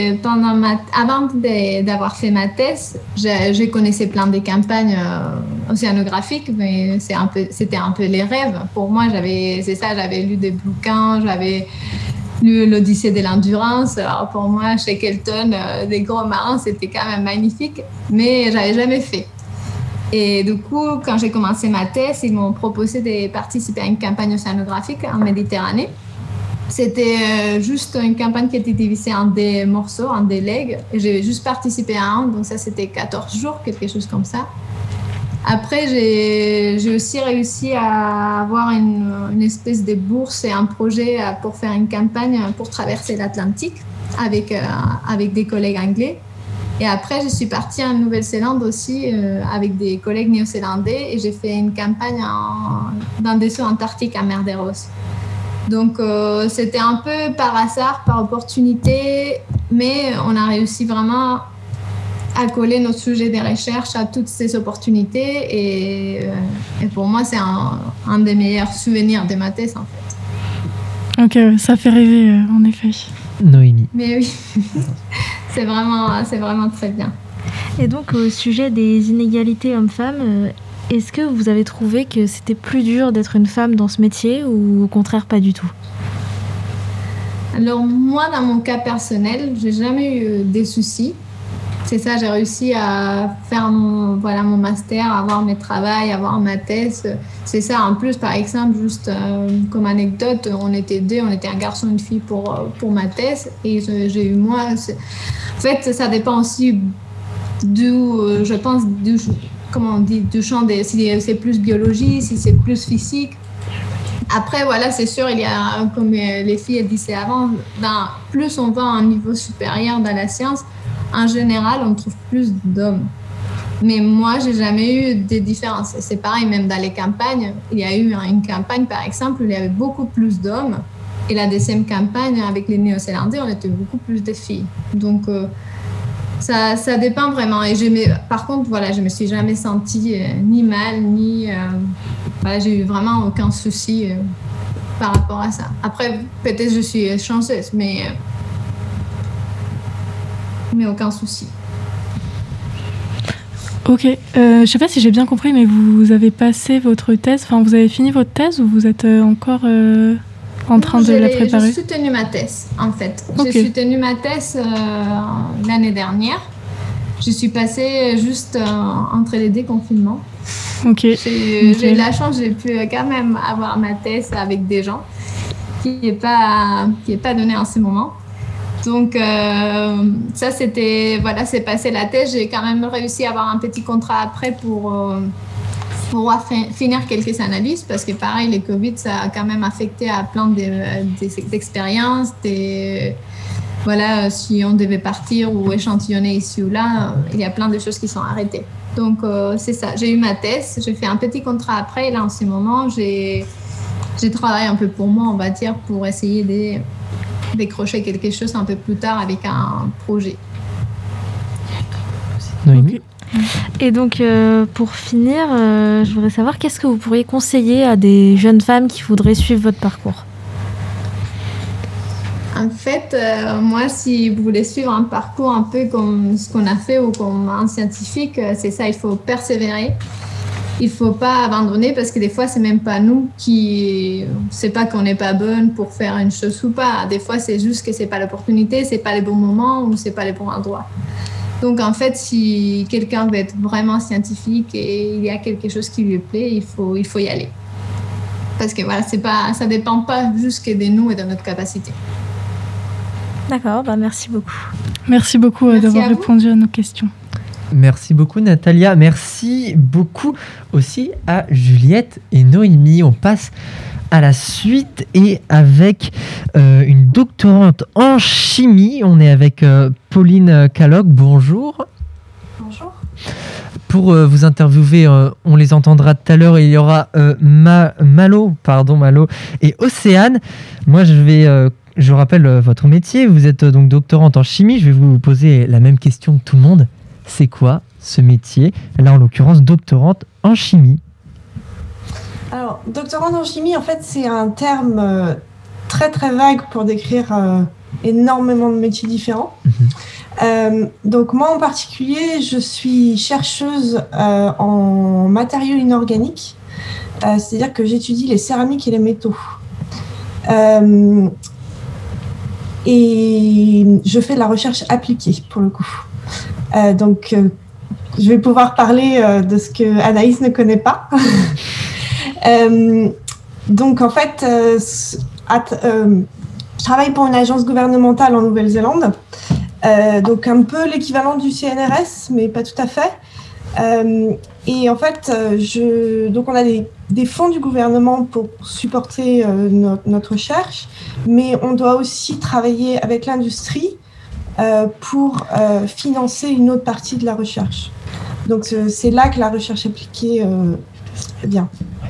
avant d'avoir fait ma thèse, je connaissais plein de campagnes océanographiques, mais c'était un peu les rêves. Pour moi, j'avais lu des bouquins, j'avais lu l'Odyssée de l'endurance. Alors pour moi, Shackleton, des gros marins, c'était quand même magnifique, mais j'avais jamais fait. Et du coup, quand j'ai commencé ma thèse, ils m'ont proposé de participer à une campagne océanographique en Méditerranée. C'était juste une campagne qui était divisée en des morceaux, en des legs. Et j'ai juste participé à un, donc ça c'était 14 jours, quelque chose comme ça. Après, j'ai aussi réussi à avoir une espèce de bourse et un projet pour faire une campagne pour traverser l'Atlantique avec des collègues anglais. Et après, je suis partie en Nouvelle-Zélande aussi avec des collègues néo-zélandais et j'ai fait une campagne dans des eaux antarctiques à Mer des Roses. Donc, c'était un peu par hasard, par opportunité, mais on a réussi vraiment à coller nos sujets de recherche à toutes ces opportunités et pour moi, c'est un des meilleurs souvenirs de ma thèse, en fait. Ok, ça fait rêver, en effet. Noémie. Mais oui, c'est vraiment très bien. Et donc, au sujet des inégalités hommes-femmes, est-ce que vous avez trouvé que c'était plus dur d'être une femme dans ce métier ou au contraire pas du tout? Alors moi, dans mon cas personnel, j'ai jamais eu des soucis. C'est ça, j'ai réussi à faire mon master, avoir mes travails, avoir ma thèse. C'est ça, en plus, par exemple, juste comme anecdote, on était un garçon et une fille pour ma thèse. Et j'ai eu moi... En fait, ça dépend aussi je pense, comment on dit, du champ, si c'est plus biologie, si c'est plus physique. Après, voilà, c'est sûr, il y a, comme les filles disaient avant, plus on va à un niveau supérieur dans la science, en général, on trouve plus d'hommes. Mais moi, j'ai jamais eu de différence. C'est pareil, même dans les campagnes. Il y a eu une campagne, par exemple, où il y avait beaucoup plus d'hommes. Et la deuxième campagne, avec les Néo-Zélandais, on était beaucoup plus de filles. Donc, ça dépend vraiment. Et par contre, voilà, je me suis jamais sentie ni mal, ni... j'ai eu vraiment aucun souci par rapport à ça. Après, peut-être je suis chanceuse, mais aucun souci. Ok, je sais pas si j'ai bien compris, mais vous avez passé votre thèse, enfin vous avez fini votre thèse ou vous êtes encore en train de la préparer? Je suis tenue ma thèse, en fait. Ok. Je suis tenue ma thèse l'année dernière. Je suis passée juste entre les deux confinements. Ok. J'ai eu la chance, j'ai pu quand même avoir ma thèse avec des gens qui n'est pas donné en ce moment. Donc, ça, c'était... Voilà, c'est passé la thèse. J'ai quand même réussi à avoir un petit contrat après pour pouvoir finir quelques analyses parce que, pareil, le Covid, ça a quand même affecté à plein d'expériences. Voilà, si on devait partir ou échantillonner ici ou là, il y a plein de choses qui sont arrêtées. Donc, c'est ça. J'ai eu ma thèse. J'ai fait un petit contrat après. Et là, en ce moment, j'ai travaillé un peu pour moi, on va dire, pour essayer de décrocher quelque chose un peu plus tard avec un projet. Okay. Et donc, pour finir, je voudrais savoir qu'est-ce que vous pourriez conseiller à des jeunes femmes qui voudraient suivre votre parcours? En fait, moi, si vous voulez suivre un parcours un peu comme ce qu'on a fait ou comme un scientifique, c'est ça, il faut persévérer. Il ne faut pas abandonner parce que des fois, c'est même pas nous qui... C'est pas qu'on n'est pas bonne pour faire une chose ou pas. Des fois, c'est juste que c'est pas l'opportunité, c'est pas le bon moment ou c'est pas le bon endroit. Donc, en fait, si quelqu'un veut être vraiment scientifique et il y a quelque chose qui lui plaît, il faut y aller. Parce que voilà, ça dépend pas juste que de nous et de notre capacité. D'accord, merci beaucoup. Merci beaucoup d'avoir répondu à nos questions. Merci beaucoup Natalia, merci beaucoup aussi à Juliette et Noémie. On passe à la suite et avec une doctorante en chimie. On est avec Pauline Calog, bonjour. Bonjour. Pour vous interviewer, on les entendra tout à l'heure, il y aura Malo et Océane. Moi je rappelle votre métier, vous êtes donc doctorante en chimie, je vais vous poser la même question que tout le monde. C'est quoi ce métier? Là, en l'occurrence, doctorante en chimie. Alors, doctorante en chimie, en fait, c'est un terme très, très vague pour décrire énormément de métiers différents. Donc, moi, en particulier, je suis chercheuse en matériaux inorganiques. C'est-à-dire que j'étudie les céramiques et les métaux. Et je fais de la recherche appliquée, pour le coup. Donc, je vais pouvoir parler de ce que Anaïs ne connaît pas. Donc, en fait, je travaille pour une agence gouvernementale en Nouvelle-Zélande. Donc, un peu l'équivalent du CNRS, mais pas tout à fait. Et en fait, donc on a des fonds du gouvernement pour supporter notre recherche, mais on doit aussi travailler avec l'industrie pour financer une autre partie de la recherche. Donc c'est là que la recherche appliquée vient.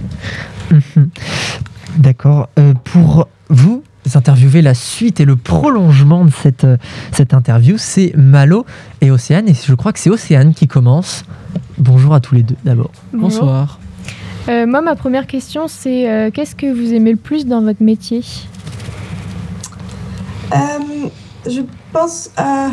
D'accord. Pour vous interviewer la suite et le prolongement de cette interview, c'est Malo et Océane. Et je crois que c'est Océane qui commence. Bonjour à tous les deux d'abord. Bonsoir. Moi, ma première question, c'est qu'est-ce que vous aimez le plus dans votre métier? Je pense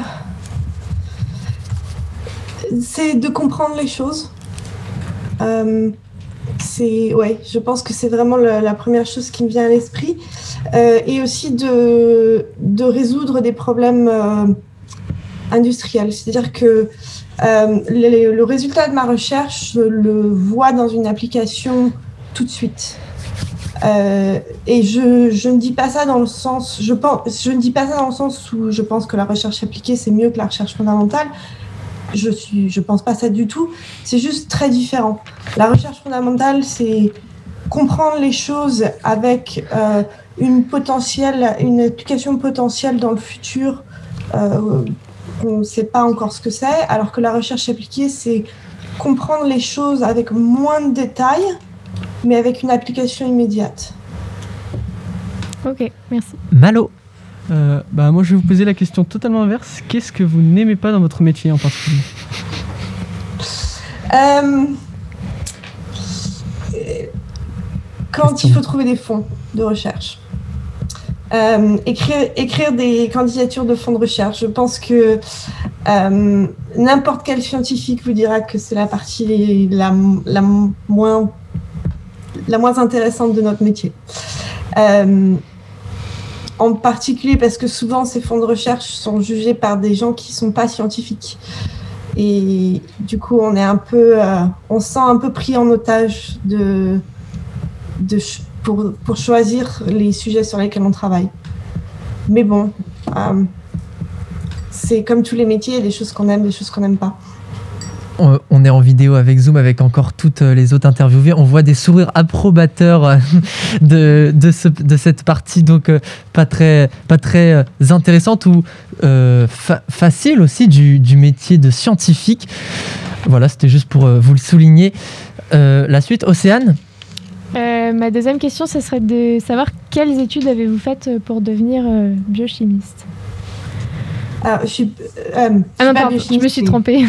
c'est de comprendre les choses. Je pense que c'est vraiment la première chose qui me vient à l'esprit. Et aussi de résoudre des problèmes industriels. C'est-à-dire que le résultat de ma recherche, je le vois dans une application tout de suite. Et je ne dis pas ça dans le sens, je ne dis pas ça dans le sens où je pense que la recherche appliquée c'est mieux que la recherche fondamentale. Je pense pas ça du tout. C'est juste très différent. La recherche fondamentale, c'est comprendre les choses avec une application potentielle dans le futur. On ne sait pas encore ce que c'est, alors que la recherche appliquée, c'est comprendre les choses avec moins de détails, mais avec une application immédiate. Ok, merci. Malo. Moi, je vais vous poser la question totalement inverse. Qu'est-ce que vous n'aimez pas dans votre métier en particulier? Quand il faut trouver des fonds de recherche. Écrire des candidatures de fonds de recherche. Je pense que n'importe quel scientifique vous dira que c'est la partie la moins intéressante de notre métier. En particulier parce que souvent ces fonds de recherche sont jugés par des gens qui ne sont pas scientifiques. Et du coup, on se sent un peu pris en otage pour choisir les sujets sur lesquels on travaille. Mais bon, c'est comme tous les métiers, il y a des choses qu'on aime, des choses qu'on n'aime pas. On est en vidéo avec Zoom, avec encore toutes les autres interviewées. On voit des sourires approbateurs de cette partie, donc pas très intéressante ou facile aussi du métier de scientifique. Voilà, c'était juste pour vous le souligner. La suite, Océane ? Ma deuxième question, ce serait de savoir quelles études avez-vous faites pour devenir biochimiste ? Alors, je me suis trompée.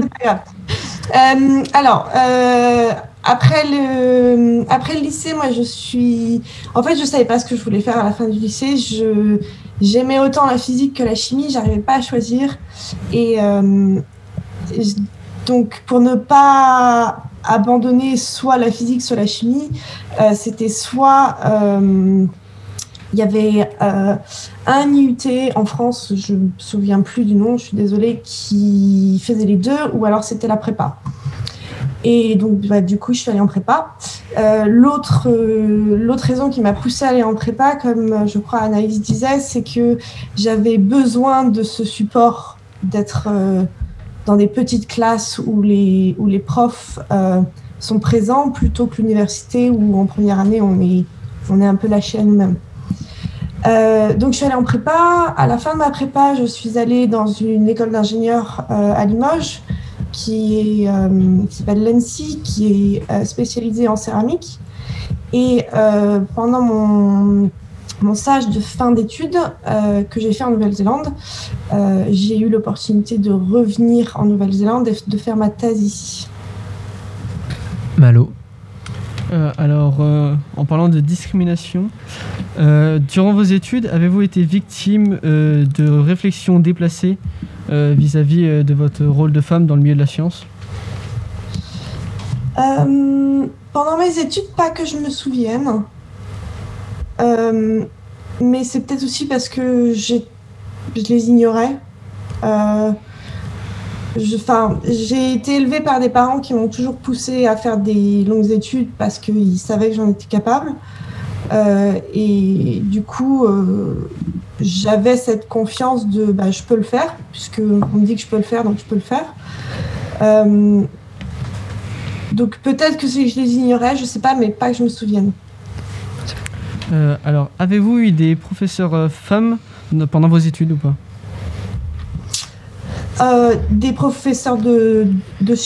Après le lycée, moi, je savais pas ce que je voulais faire à la fin du lycée. J'aimais autant la physique que la chimie, j'arrivais pas à choisir. Et donc, pour ne pas abandonner soit la physique, soit la chimie, c'était soit... il y avait un IUT en France, je ne me souviens plus du nom, je suis désolée, qui faisait les deux, ou alors c'était la prépa. Et donc, du coup, je suis allée en prépa. L'autre raison qui m'a poussée à aller en prépa, comme je crois Anaïs disait, c'est que j'avais besoin de ce support, d'être dans des petites classes où les profs sont présents, plutôt que l'université où en première année, on est un peu lâchés à nous-mêmes. Donc je suis allée en prépa. À la fin de ma prépa, je suis allée dans une école d'ingénieurs à Limoges qui s'appelle l'ENSI, qui est spécialisée en céramique. Et pendant mon stage de fin d'études que j'ai fait en Nouvelle-Zélande, j'ai eu l'opportunité de revenir en Nouvelle-Zélande et de faire ma thèse ici. Malo. En parlant de discrimination, durant vos études, avez-vous été victime de réflexions déplacées vis-à-vis de votre rôle de femme dans le milieu de la science ? Pendant mes études, pas que je me souvienne. Mais c'est peut-être aussi parce que je les ignorais. J'ai été élevée par des parents qui m'ont toujours poussée à faire des longues études parce qu'ils savaient que j'en étais capable. Et du coup, j'avais cette confiance de je peux le faire, puisqu'on me dit que je peux le faire, donc je peux le faire. Donc peut-être que je les ignorais, je ne sais pas, mais pas que je me souvienne. Alors, avez-vous eu des professeurs femmes pendant vos études ou pas ? Des professeurs de sciences ?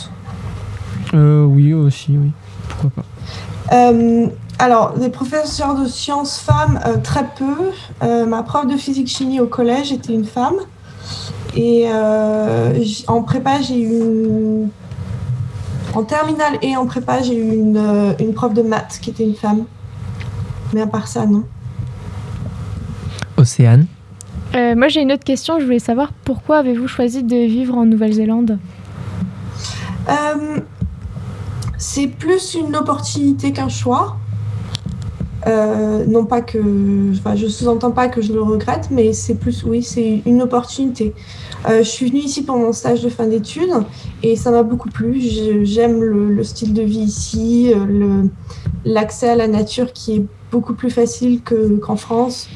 Oui, aussi, oui. Pourquoi pas. Alors, des professeurs de sciences femmes, très peu. Ma prof de physique-chimie au collège était une femme. Et en prépa, j'ai eu en terminale et en prépa, j'ai eu une prof de maths qui était une femme. Mais à part ça, non. Océane. Moi, j'ai une autre question. Je voulais savoir pourquoi avez-vous choisi de vivre en Nouvelle-Zélande ? C'est plus une opportunité qu'un choix. Non pas que... je sous-entends pas que je le regrette, mais c'est plus... Oui, c'est une opportunité. Je suis venue ici pour mon stage de fin d'études et ça m'a beaucoup plu. J'aime le style de vie ici, l'accès à la nature qui est beaucoup plus facile qu'en France.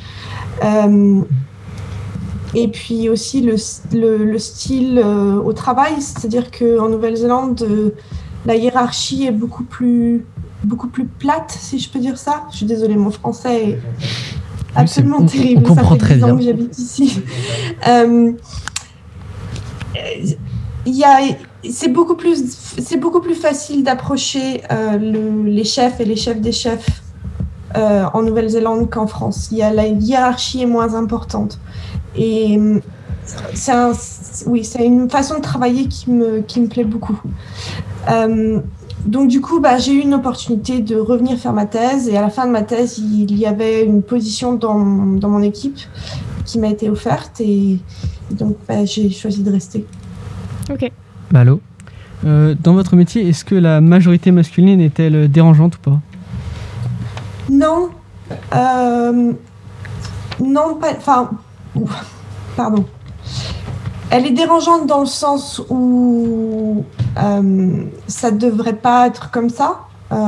Et puis aussi le style au travail, c'est-à-dire qu'en Nouvelle-Zélande, la hiérarchie est beaucoup plus plate, si je peux dire ça. Je suis désolée, mon français est absolument terrible. On comprend très bien. Ça fait 10 ans que j'habite ici. C'est beaucoup plus facile d'approcher les chefs et les chefs des chefs en Nouvelle-Zélande qu'en France. La hiérarchie est moins importante. Et c'est une façon de travailler qui me plaît beaucoup. Donc du coup, j'ai eu une opportunité de revenir faire ma thèse et à la fin de ma thèse, il y avait une position dans mon équipe qui m'a été offerte et donc j'ai choisi de rester. Ok. Malo. Dans votre métier, est-ce que la majorité masculine est-elle dérangeante ou pas? Non. Non, pas. Enfin. Pardon. Elle est dérangeante dans le sens où ça ne devrait pas être comme ça.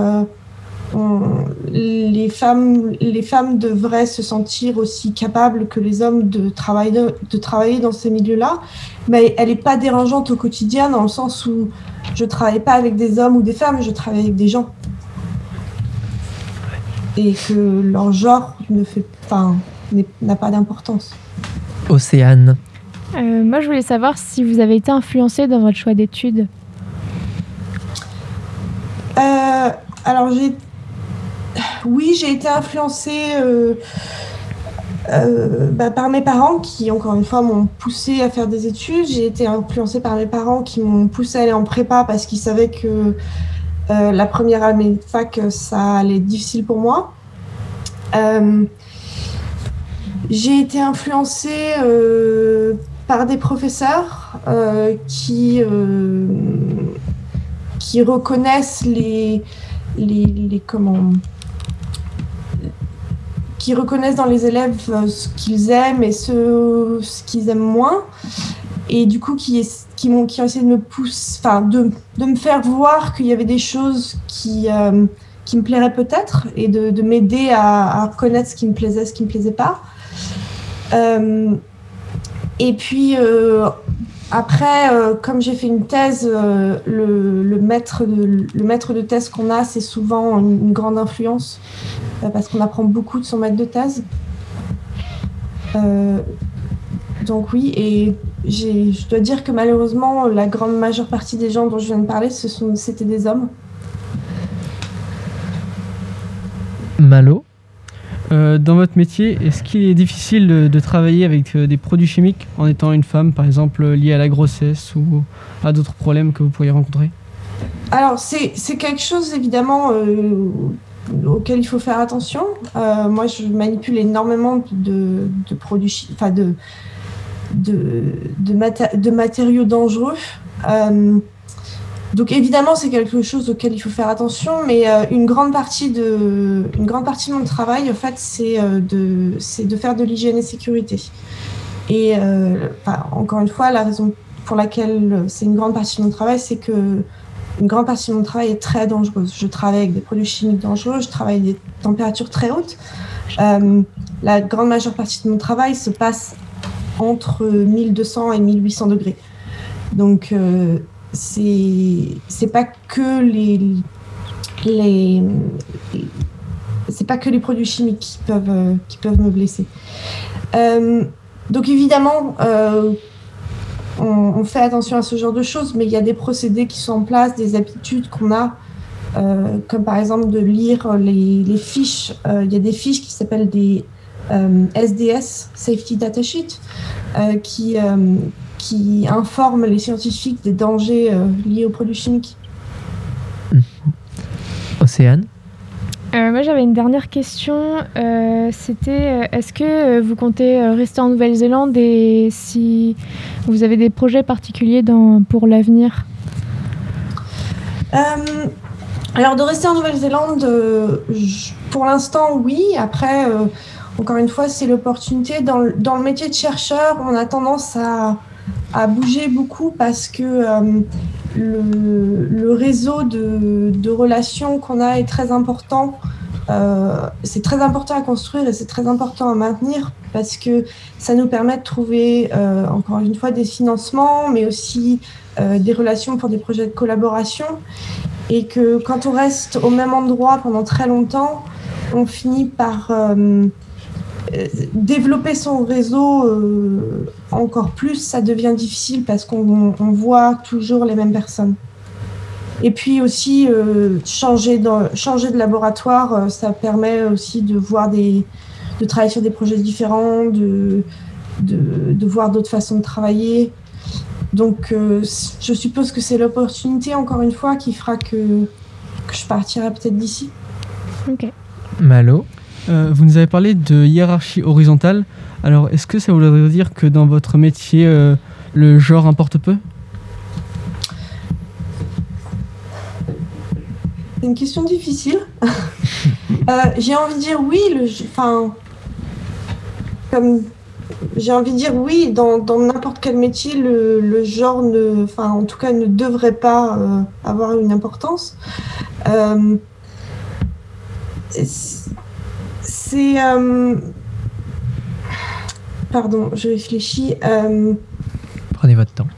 Les femmes devraient se sentir aussi capables que les hommes de travailler dans ces milieux-là, mais elle n'est pas dérangeante au quotidien dans le sens où je ne travaille pas avec des hommes ou des femmes, je travaille avec des gens. Et que leur genre n'a pas d'importance. Océane. Moi, je voulais savoir si vous avez été influencée dans votre choix d'études. Alors, j'ai été influencée par mes parents qui, encore une fois, m'ont poussée à faire des études. J'ai été influencée par mes parents qui m'ont poussée à aller en prépa parce qu'ils savaient que la première année de fac, ça allait être difficile pour moi. J'ai été influencée par des professeurs qui reconnaissent qui reconnaissent dans les élèves ce qu'ils aiment et ce qu'ils aiment moins, et du coup qui ont essayé de me pousser, de me faire voir qu'il y avait des choses qui me plairaient peut-être, et de m'aider à reconnaître ce qui me plaisait, ce qui me plaisait pas. Et puis après, comme j'ai fait une thèse, le maître de thèse qu'on a, c'est souvent une grande influence, parce qu'on apprend beaucoup de son maître de thèse. Donc oui, et je dois dire que malheureusement, la grande majeure partie des gens dont je viens de parler, c'était des hommes. Malo. Dans votre métier, est-ce qu'il est difficile de travailler avec des produits chimiques en étant une femme, par exemple liée à la grossesse ou à d'autres problèmes que vous pourriez rencontrer? Alors, c'est quelque chose évidemment auquel il faut faire attention. Moi, je manipule énormément de produits, de matériaux dangereux. Donc évidemment, c'est quelque chose auquel il faut faire attention, mais une grande partie de mon travail, en fait, c'est de faire de l'hygiène et sécurité. Et encore une fois, la raison pour laquelle c'est une grande partie de mon travail, c'est que une grande partie de mon travail est très dangereuse. Je travaille avec des produits chimiques dangereux, je travaille avec des températures très hautes. La grande majeure partie de mon travail se passe entre 1200 et 1800 degrés. Donc c'est pas que c'est pas que les produits chimiques qui peuvent me blesser. Donc évidemment, on fait attention à ce genre de choses, mais il y a des procédés qui sont en place, des habitudes qu'on a, comme par exemple de lire les fiches. Il y a des fiches qui s'appellent des SDS, Safety Data Sheet, qui informent les scientifiques des dangers liés aux produits chimiques. Océane. Moi, j'avais une dernière question. C'était, est-ce que vous comptez rester en Nouvelle-Zélande et si vous avez des projets particuliers pour l'avenir? Alors, de rester en Nouvelle-Zélande, pour l'instant, oui. Après, encore une fois, c'est l'opportunité. Dans le métier de chercheur, on a tendance à bouger beaucoup parce que le réseau de relations qu'on a est très important. C'est très important à construire et c'est très important à maintenir parce que ça nous permet de trouver, encore une fois, des financements, mais aussi des relations pour des projets de collaboration. Et que quand on reste au même endroit pendant très longtemps, on finit par développer son réseau encore plus, ça devient difficile parce qu'on voit toujours les mêmes personnes. Et puis aussi, changer de laboratoire, ça permet aussi de travailler sur des projets différents, de voir d'autres façons de travailler. Donc, je suppose que c'est l'opportunité, encore une fois, qui fera que je partirai peut-être d'ici. Ok. Malo. Vous nous avez parlé de hiérarchie horizontale. Alors, est-ce que ça voudrait dire que dans votre métier, le genre importe peu? C'est une question difficile. J'ai envie de dire oui, j'ai envie de dire oui, dans n'importe quel métier, le genre en tout cas, ne devrait pas avoir une importance. Pardon, je réfléchis. Prenez votre temps.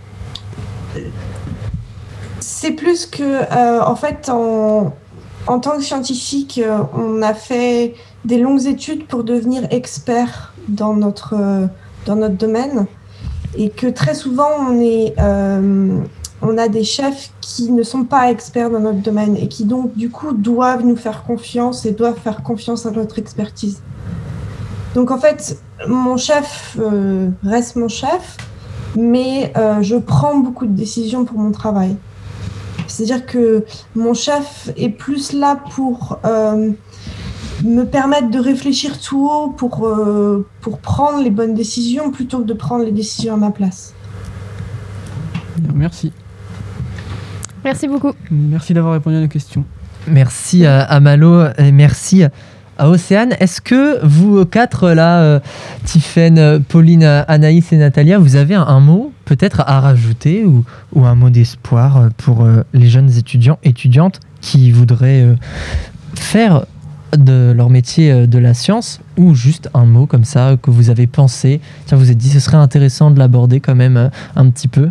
C'est plus que, en fait, en tant que scientifique, on a fait des longues études pour devenir expert dans notre domaine, et que très souvent, on a des chefs qui ne sont pas experts dans notre domaine et qui donc, du coup, doivent nous faire confiance et doivent faire confiance à notre expertise. Donc, en fait, mon chef reste mon chef, mais je prends beaucoup de décisions pour mon travail. C'est-à-dire que mon chef est plus là pour me permettre de réfléchir tout haut pour prendre les bonnes décisions plutôt que de prendre les décisions à ma place. Merci. Merci beaucoup. Merci d'avoir répondu à nos questions. Merci à Malo et merci à Océane. Est-ce que vous quatre là, Tiffaine, Pauline, Anaïs et Natalia, vous avez un mot peut-être à rajouter ou un mot d'espoir pour les jeunes étudiantes qui voudraient faire de leur métier de la science, ou juste un mot comme ça que vous avez pensé, tiens, vous êtes dit ce serait intéressant de l'aborder quand même un petit peu?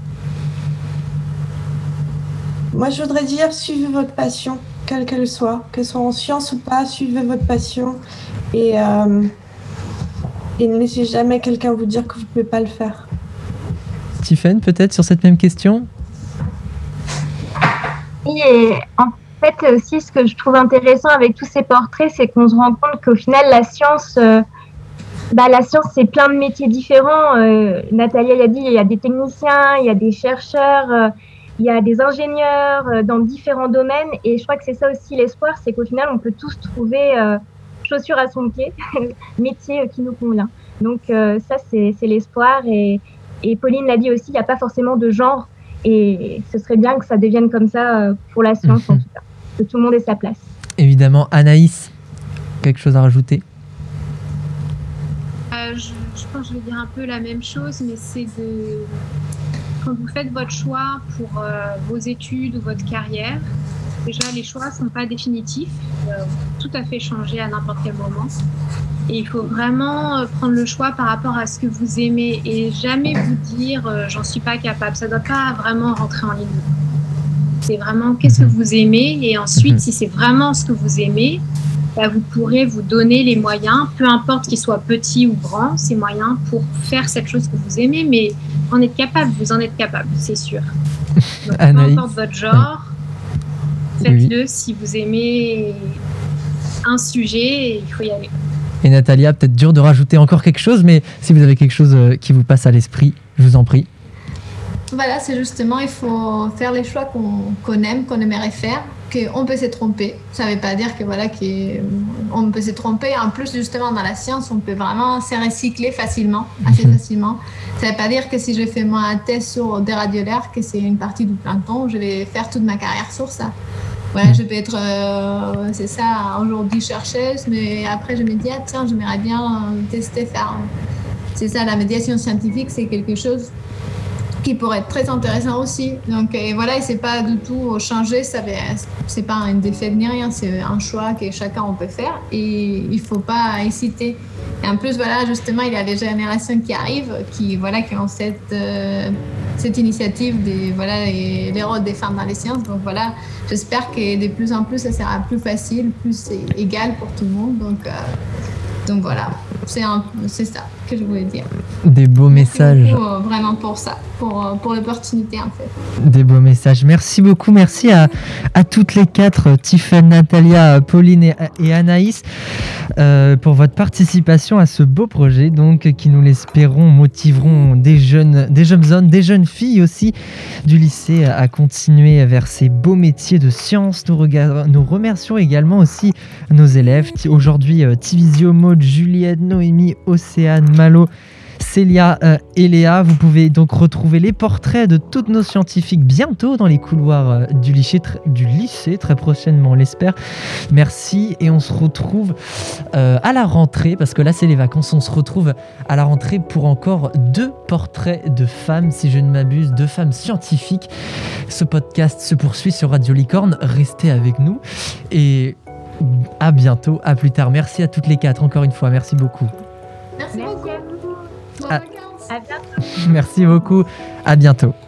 Moi, je voudrais dire, suivez votre passion, quelle qu'elle soit en science ou pas, suivez votre passion et ne laissez jamais quelqu'un vous dire que vous ne pouvez pas le faire. Tiffaine, peut-être sur cette même question? Oui, et en fait aussi, ce que je trouve intéressant avec tous ces portraits, c'est qu'on se rend compte qu'au final, la science, c'est plein de métiers différents. Nathalie a dit, il y a des techniciens, il y a des chercheurs, il y a des ingénieurs dans différents domaines, et je crois que c'est ça aussi l'espoir, c'est qu'au final, on peut tous trouver chaussures à son pied, métier qui nous convient. Donc ça, c'est l'espoir, et Pauline l'a dit aussi, il n'y a pas forcément de genre, et ce serait bien que ça devienne comme ça pour la science, en tout cas, que tout le monde ait sa place. Évidemment. Anaïs, quelque chose à rajouter? Je pense que je vais dire un peu la même chose, mais c'est de... Quand vous faites votre choix pour vos études ou votre carrière, déjà les choix ne sont pas définitifs, tout à fait changer à n'importe quel moment. Et il faut vraiment prendre le choix par rapport à ce que vous aimez et jamais vous dire j'en suis pas capable. Ça ne doit pas vraiment rentrer en ligne. C'est vraiment qu'est-ce que vous aimez, et ensuite si c'est vraiment ce que vous aimez, vous pourrez vous donner les moyens, peu importe qu'ils soient petits ou grands, ces moyens pour faire cette chose que vous aimez, mais vous en êtes capable, c'est sûr. Donc, peu importe votre genre, faites-le. Si vous aimez un sujet, il faut y aller. Et Natalia, peut-être dur de rajouter encore quelque chose, mais si vous avez quelque chose qui vous passe à l'esprit, je vous en prie. Voilà, c'est justement, il faut faire les choix qu'on aime, qu'on aimerait faire, qu'on peut se tromper. Ça ne veut pas dire qu'on peut se tromper. En plus, justement, dans la science, on peut vraiment se recycler facilement, assez facilement. Ça ne veut pas dire que si je fais moi un test sur des radiolaires, que c'est une partie du plancton, je vais faire toute ma carrière sur ça. Voilà, je peux être, c'est ça, aujourd'hui chercheuse, mais après je me dis, tiens, j'aimerais bien tester, faire. C'est ça, la médiation scientifique, c'est quelque chose qui pourrait être très intéressant aussi. Donc, et voilà, et c'est pas du tout changer, c'est pas un défait ni rien, c'est un choix que chacun on peut faire, et il faut pas hésiter. Et en plus, voilà, justement, il y a des générations qui arrivent, qui ont cette initiative les rôles des femmes dans les sciences. Donc voilà, j'espère que de plus en plus, ça sera plus facile, plus égal pour tout le monde. Donc voilà, c'est ça que je voulais dire. Des beaux messages. Beaucoup, vraiment pour ça, pour l'opportunité en fait. Des beaux messages. Merci beaucoup. Merci à toutes les quatre, Tiffaine, Natalia, Pauline et Anaïs, pour votre participation à ce beau projet, donc, qui, nous l'espérons, motiveront des jeunes hommes, des jeunes filles aussi du lycée à continuer vers ces beaux métiers de science. Nous remercions également aussi nos élèves. Aujourd'hui, Tivisio, Maud, Juliette, Noémie, Océane, Malo, Célia et Léa. Vous pouvez donc retrouver les portraits de toutes nos scientifiques bientôt dans les couloirs du lycée, très prochainement, on l'espère. Merci, et on se retrouve à la rentrée, parce que là c'est les vacances, on se retrouve à la rentrée pour encore 2 portraits de femmes, si je ne m'abuse, 2 femmes scientifiques. Ce podcast se poursuit sur Radio Licorne, restez avec nous, et à bientôt, à plus tard. Merci à toutes les 4, encore une fois, merci beaucoup. Merci beaucoup. À bientôt. Merci beaucoup, à bientôt.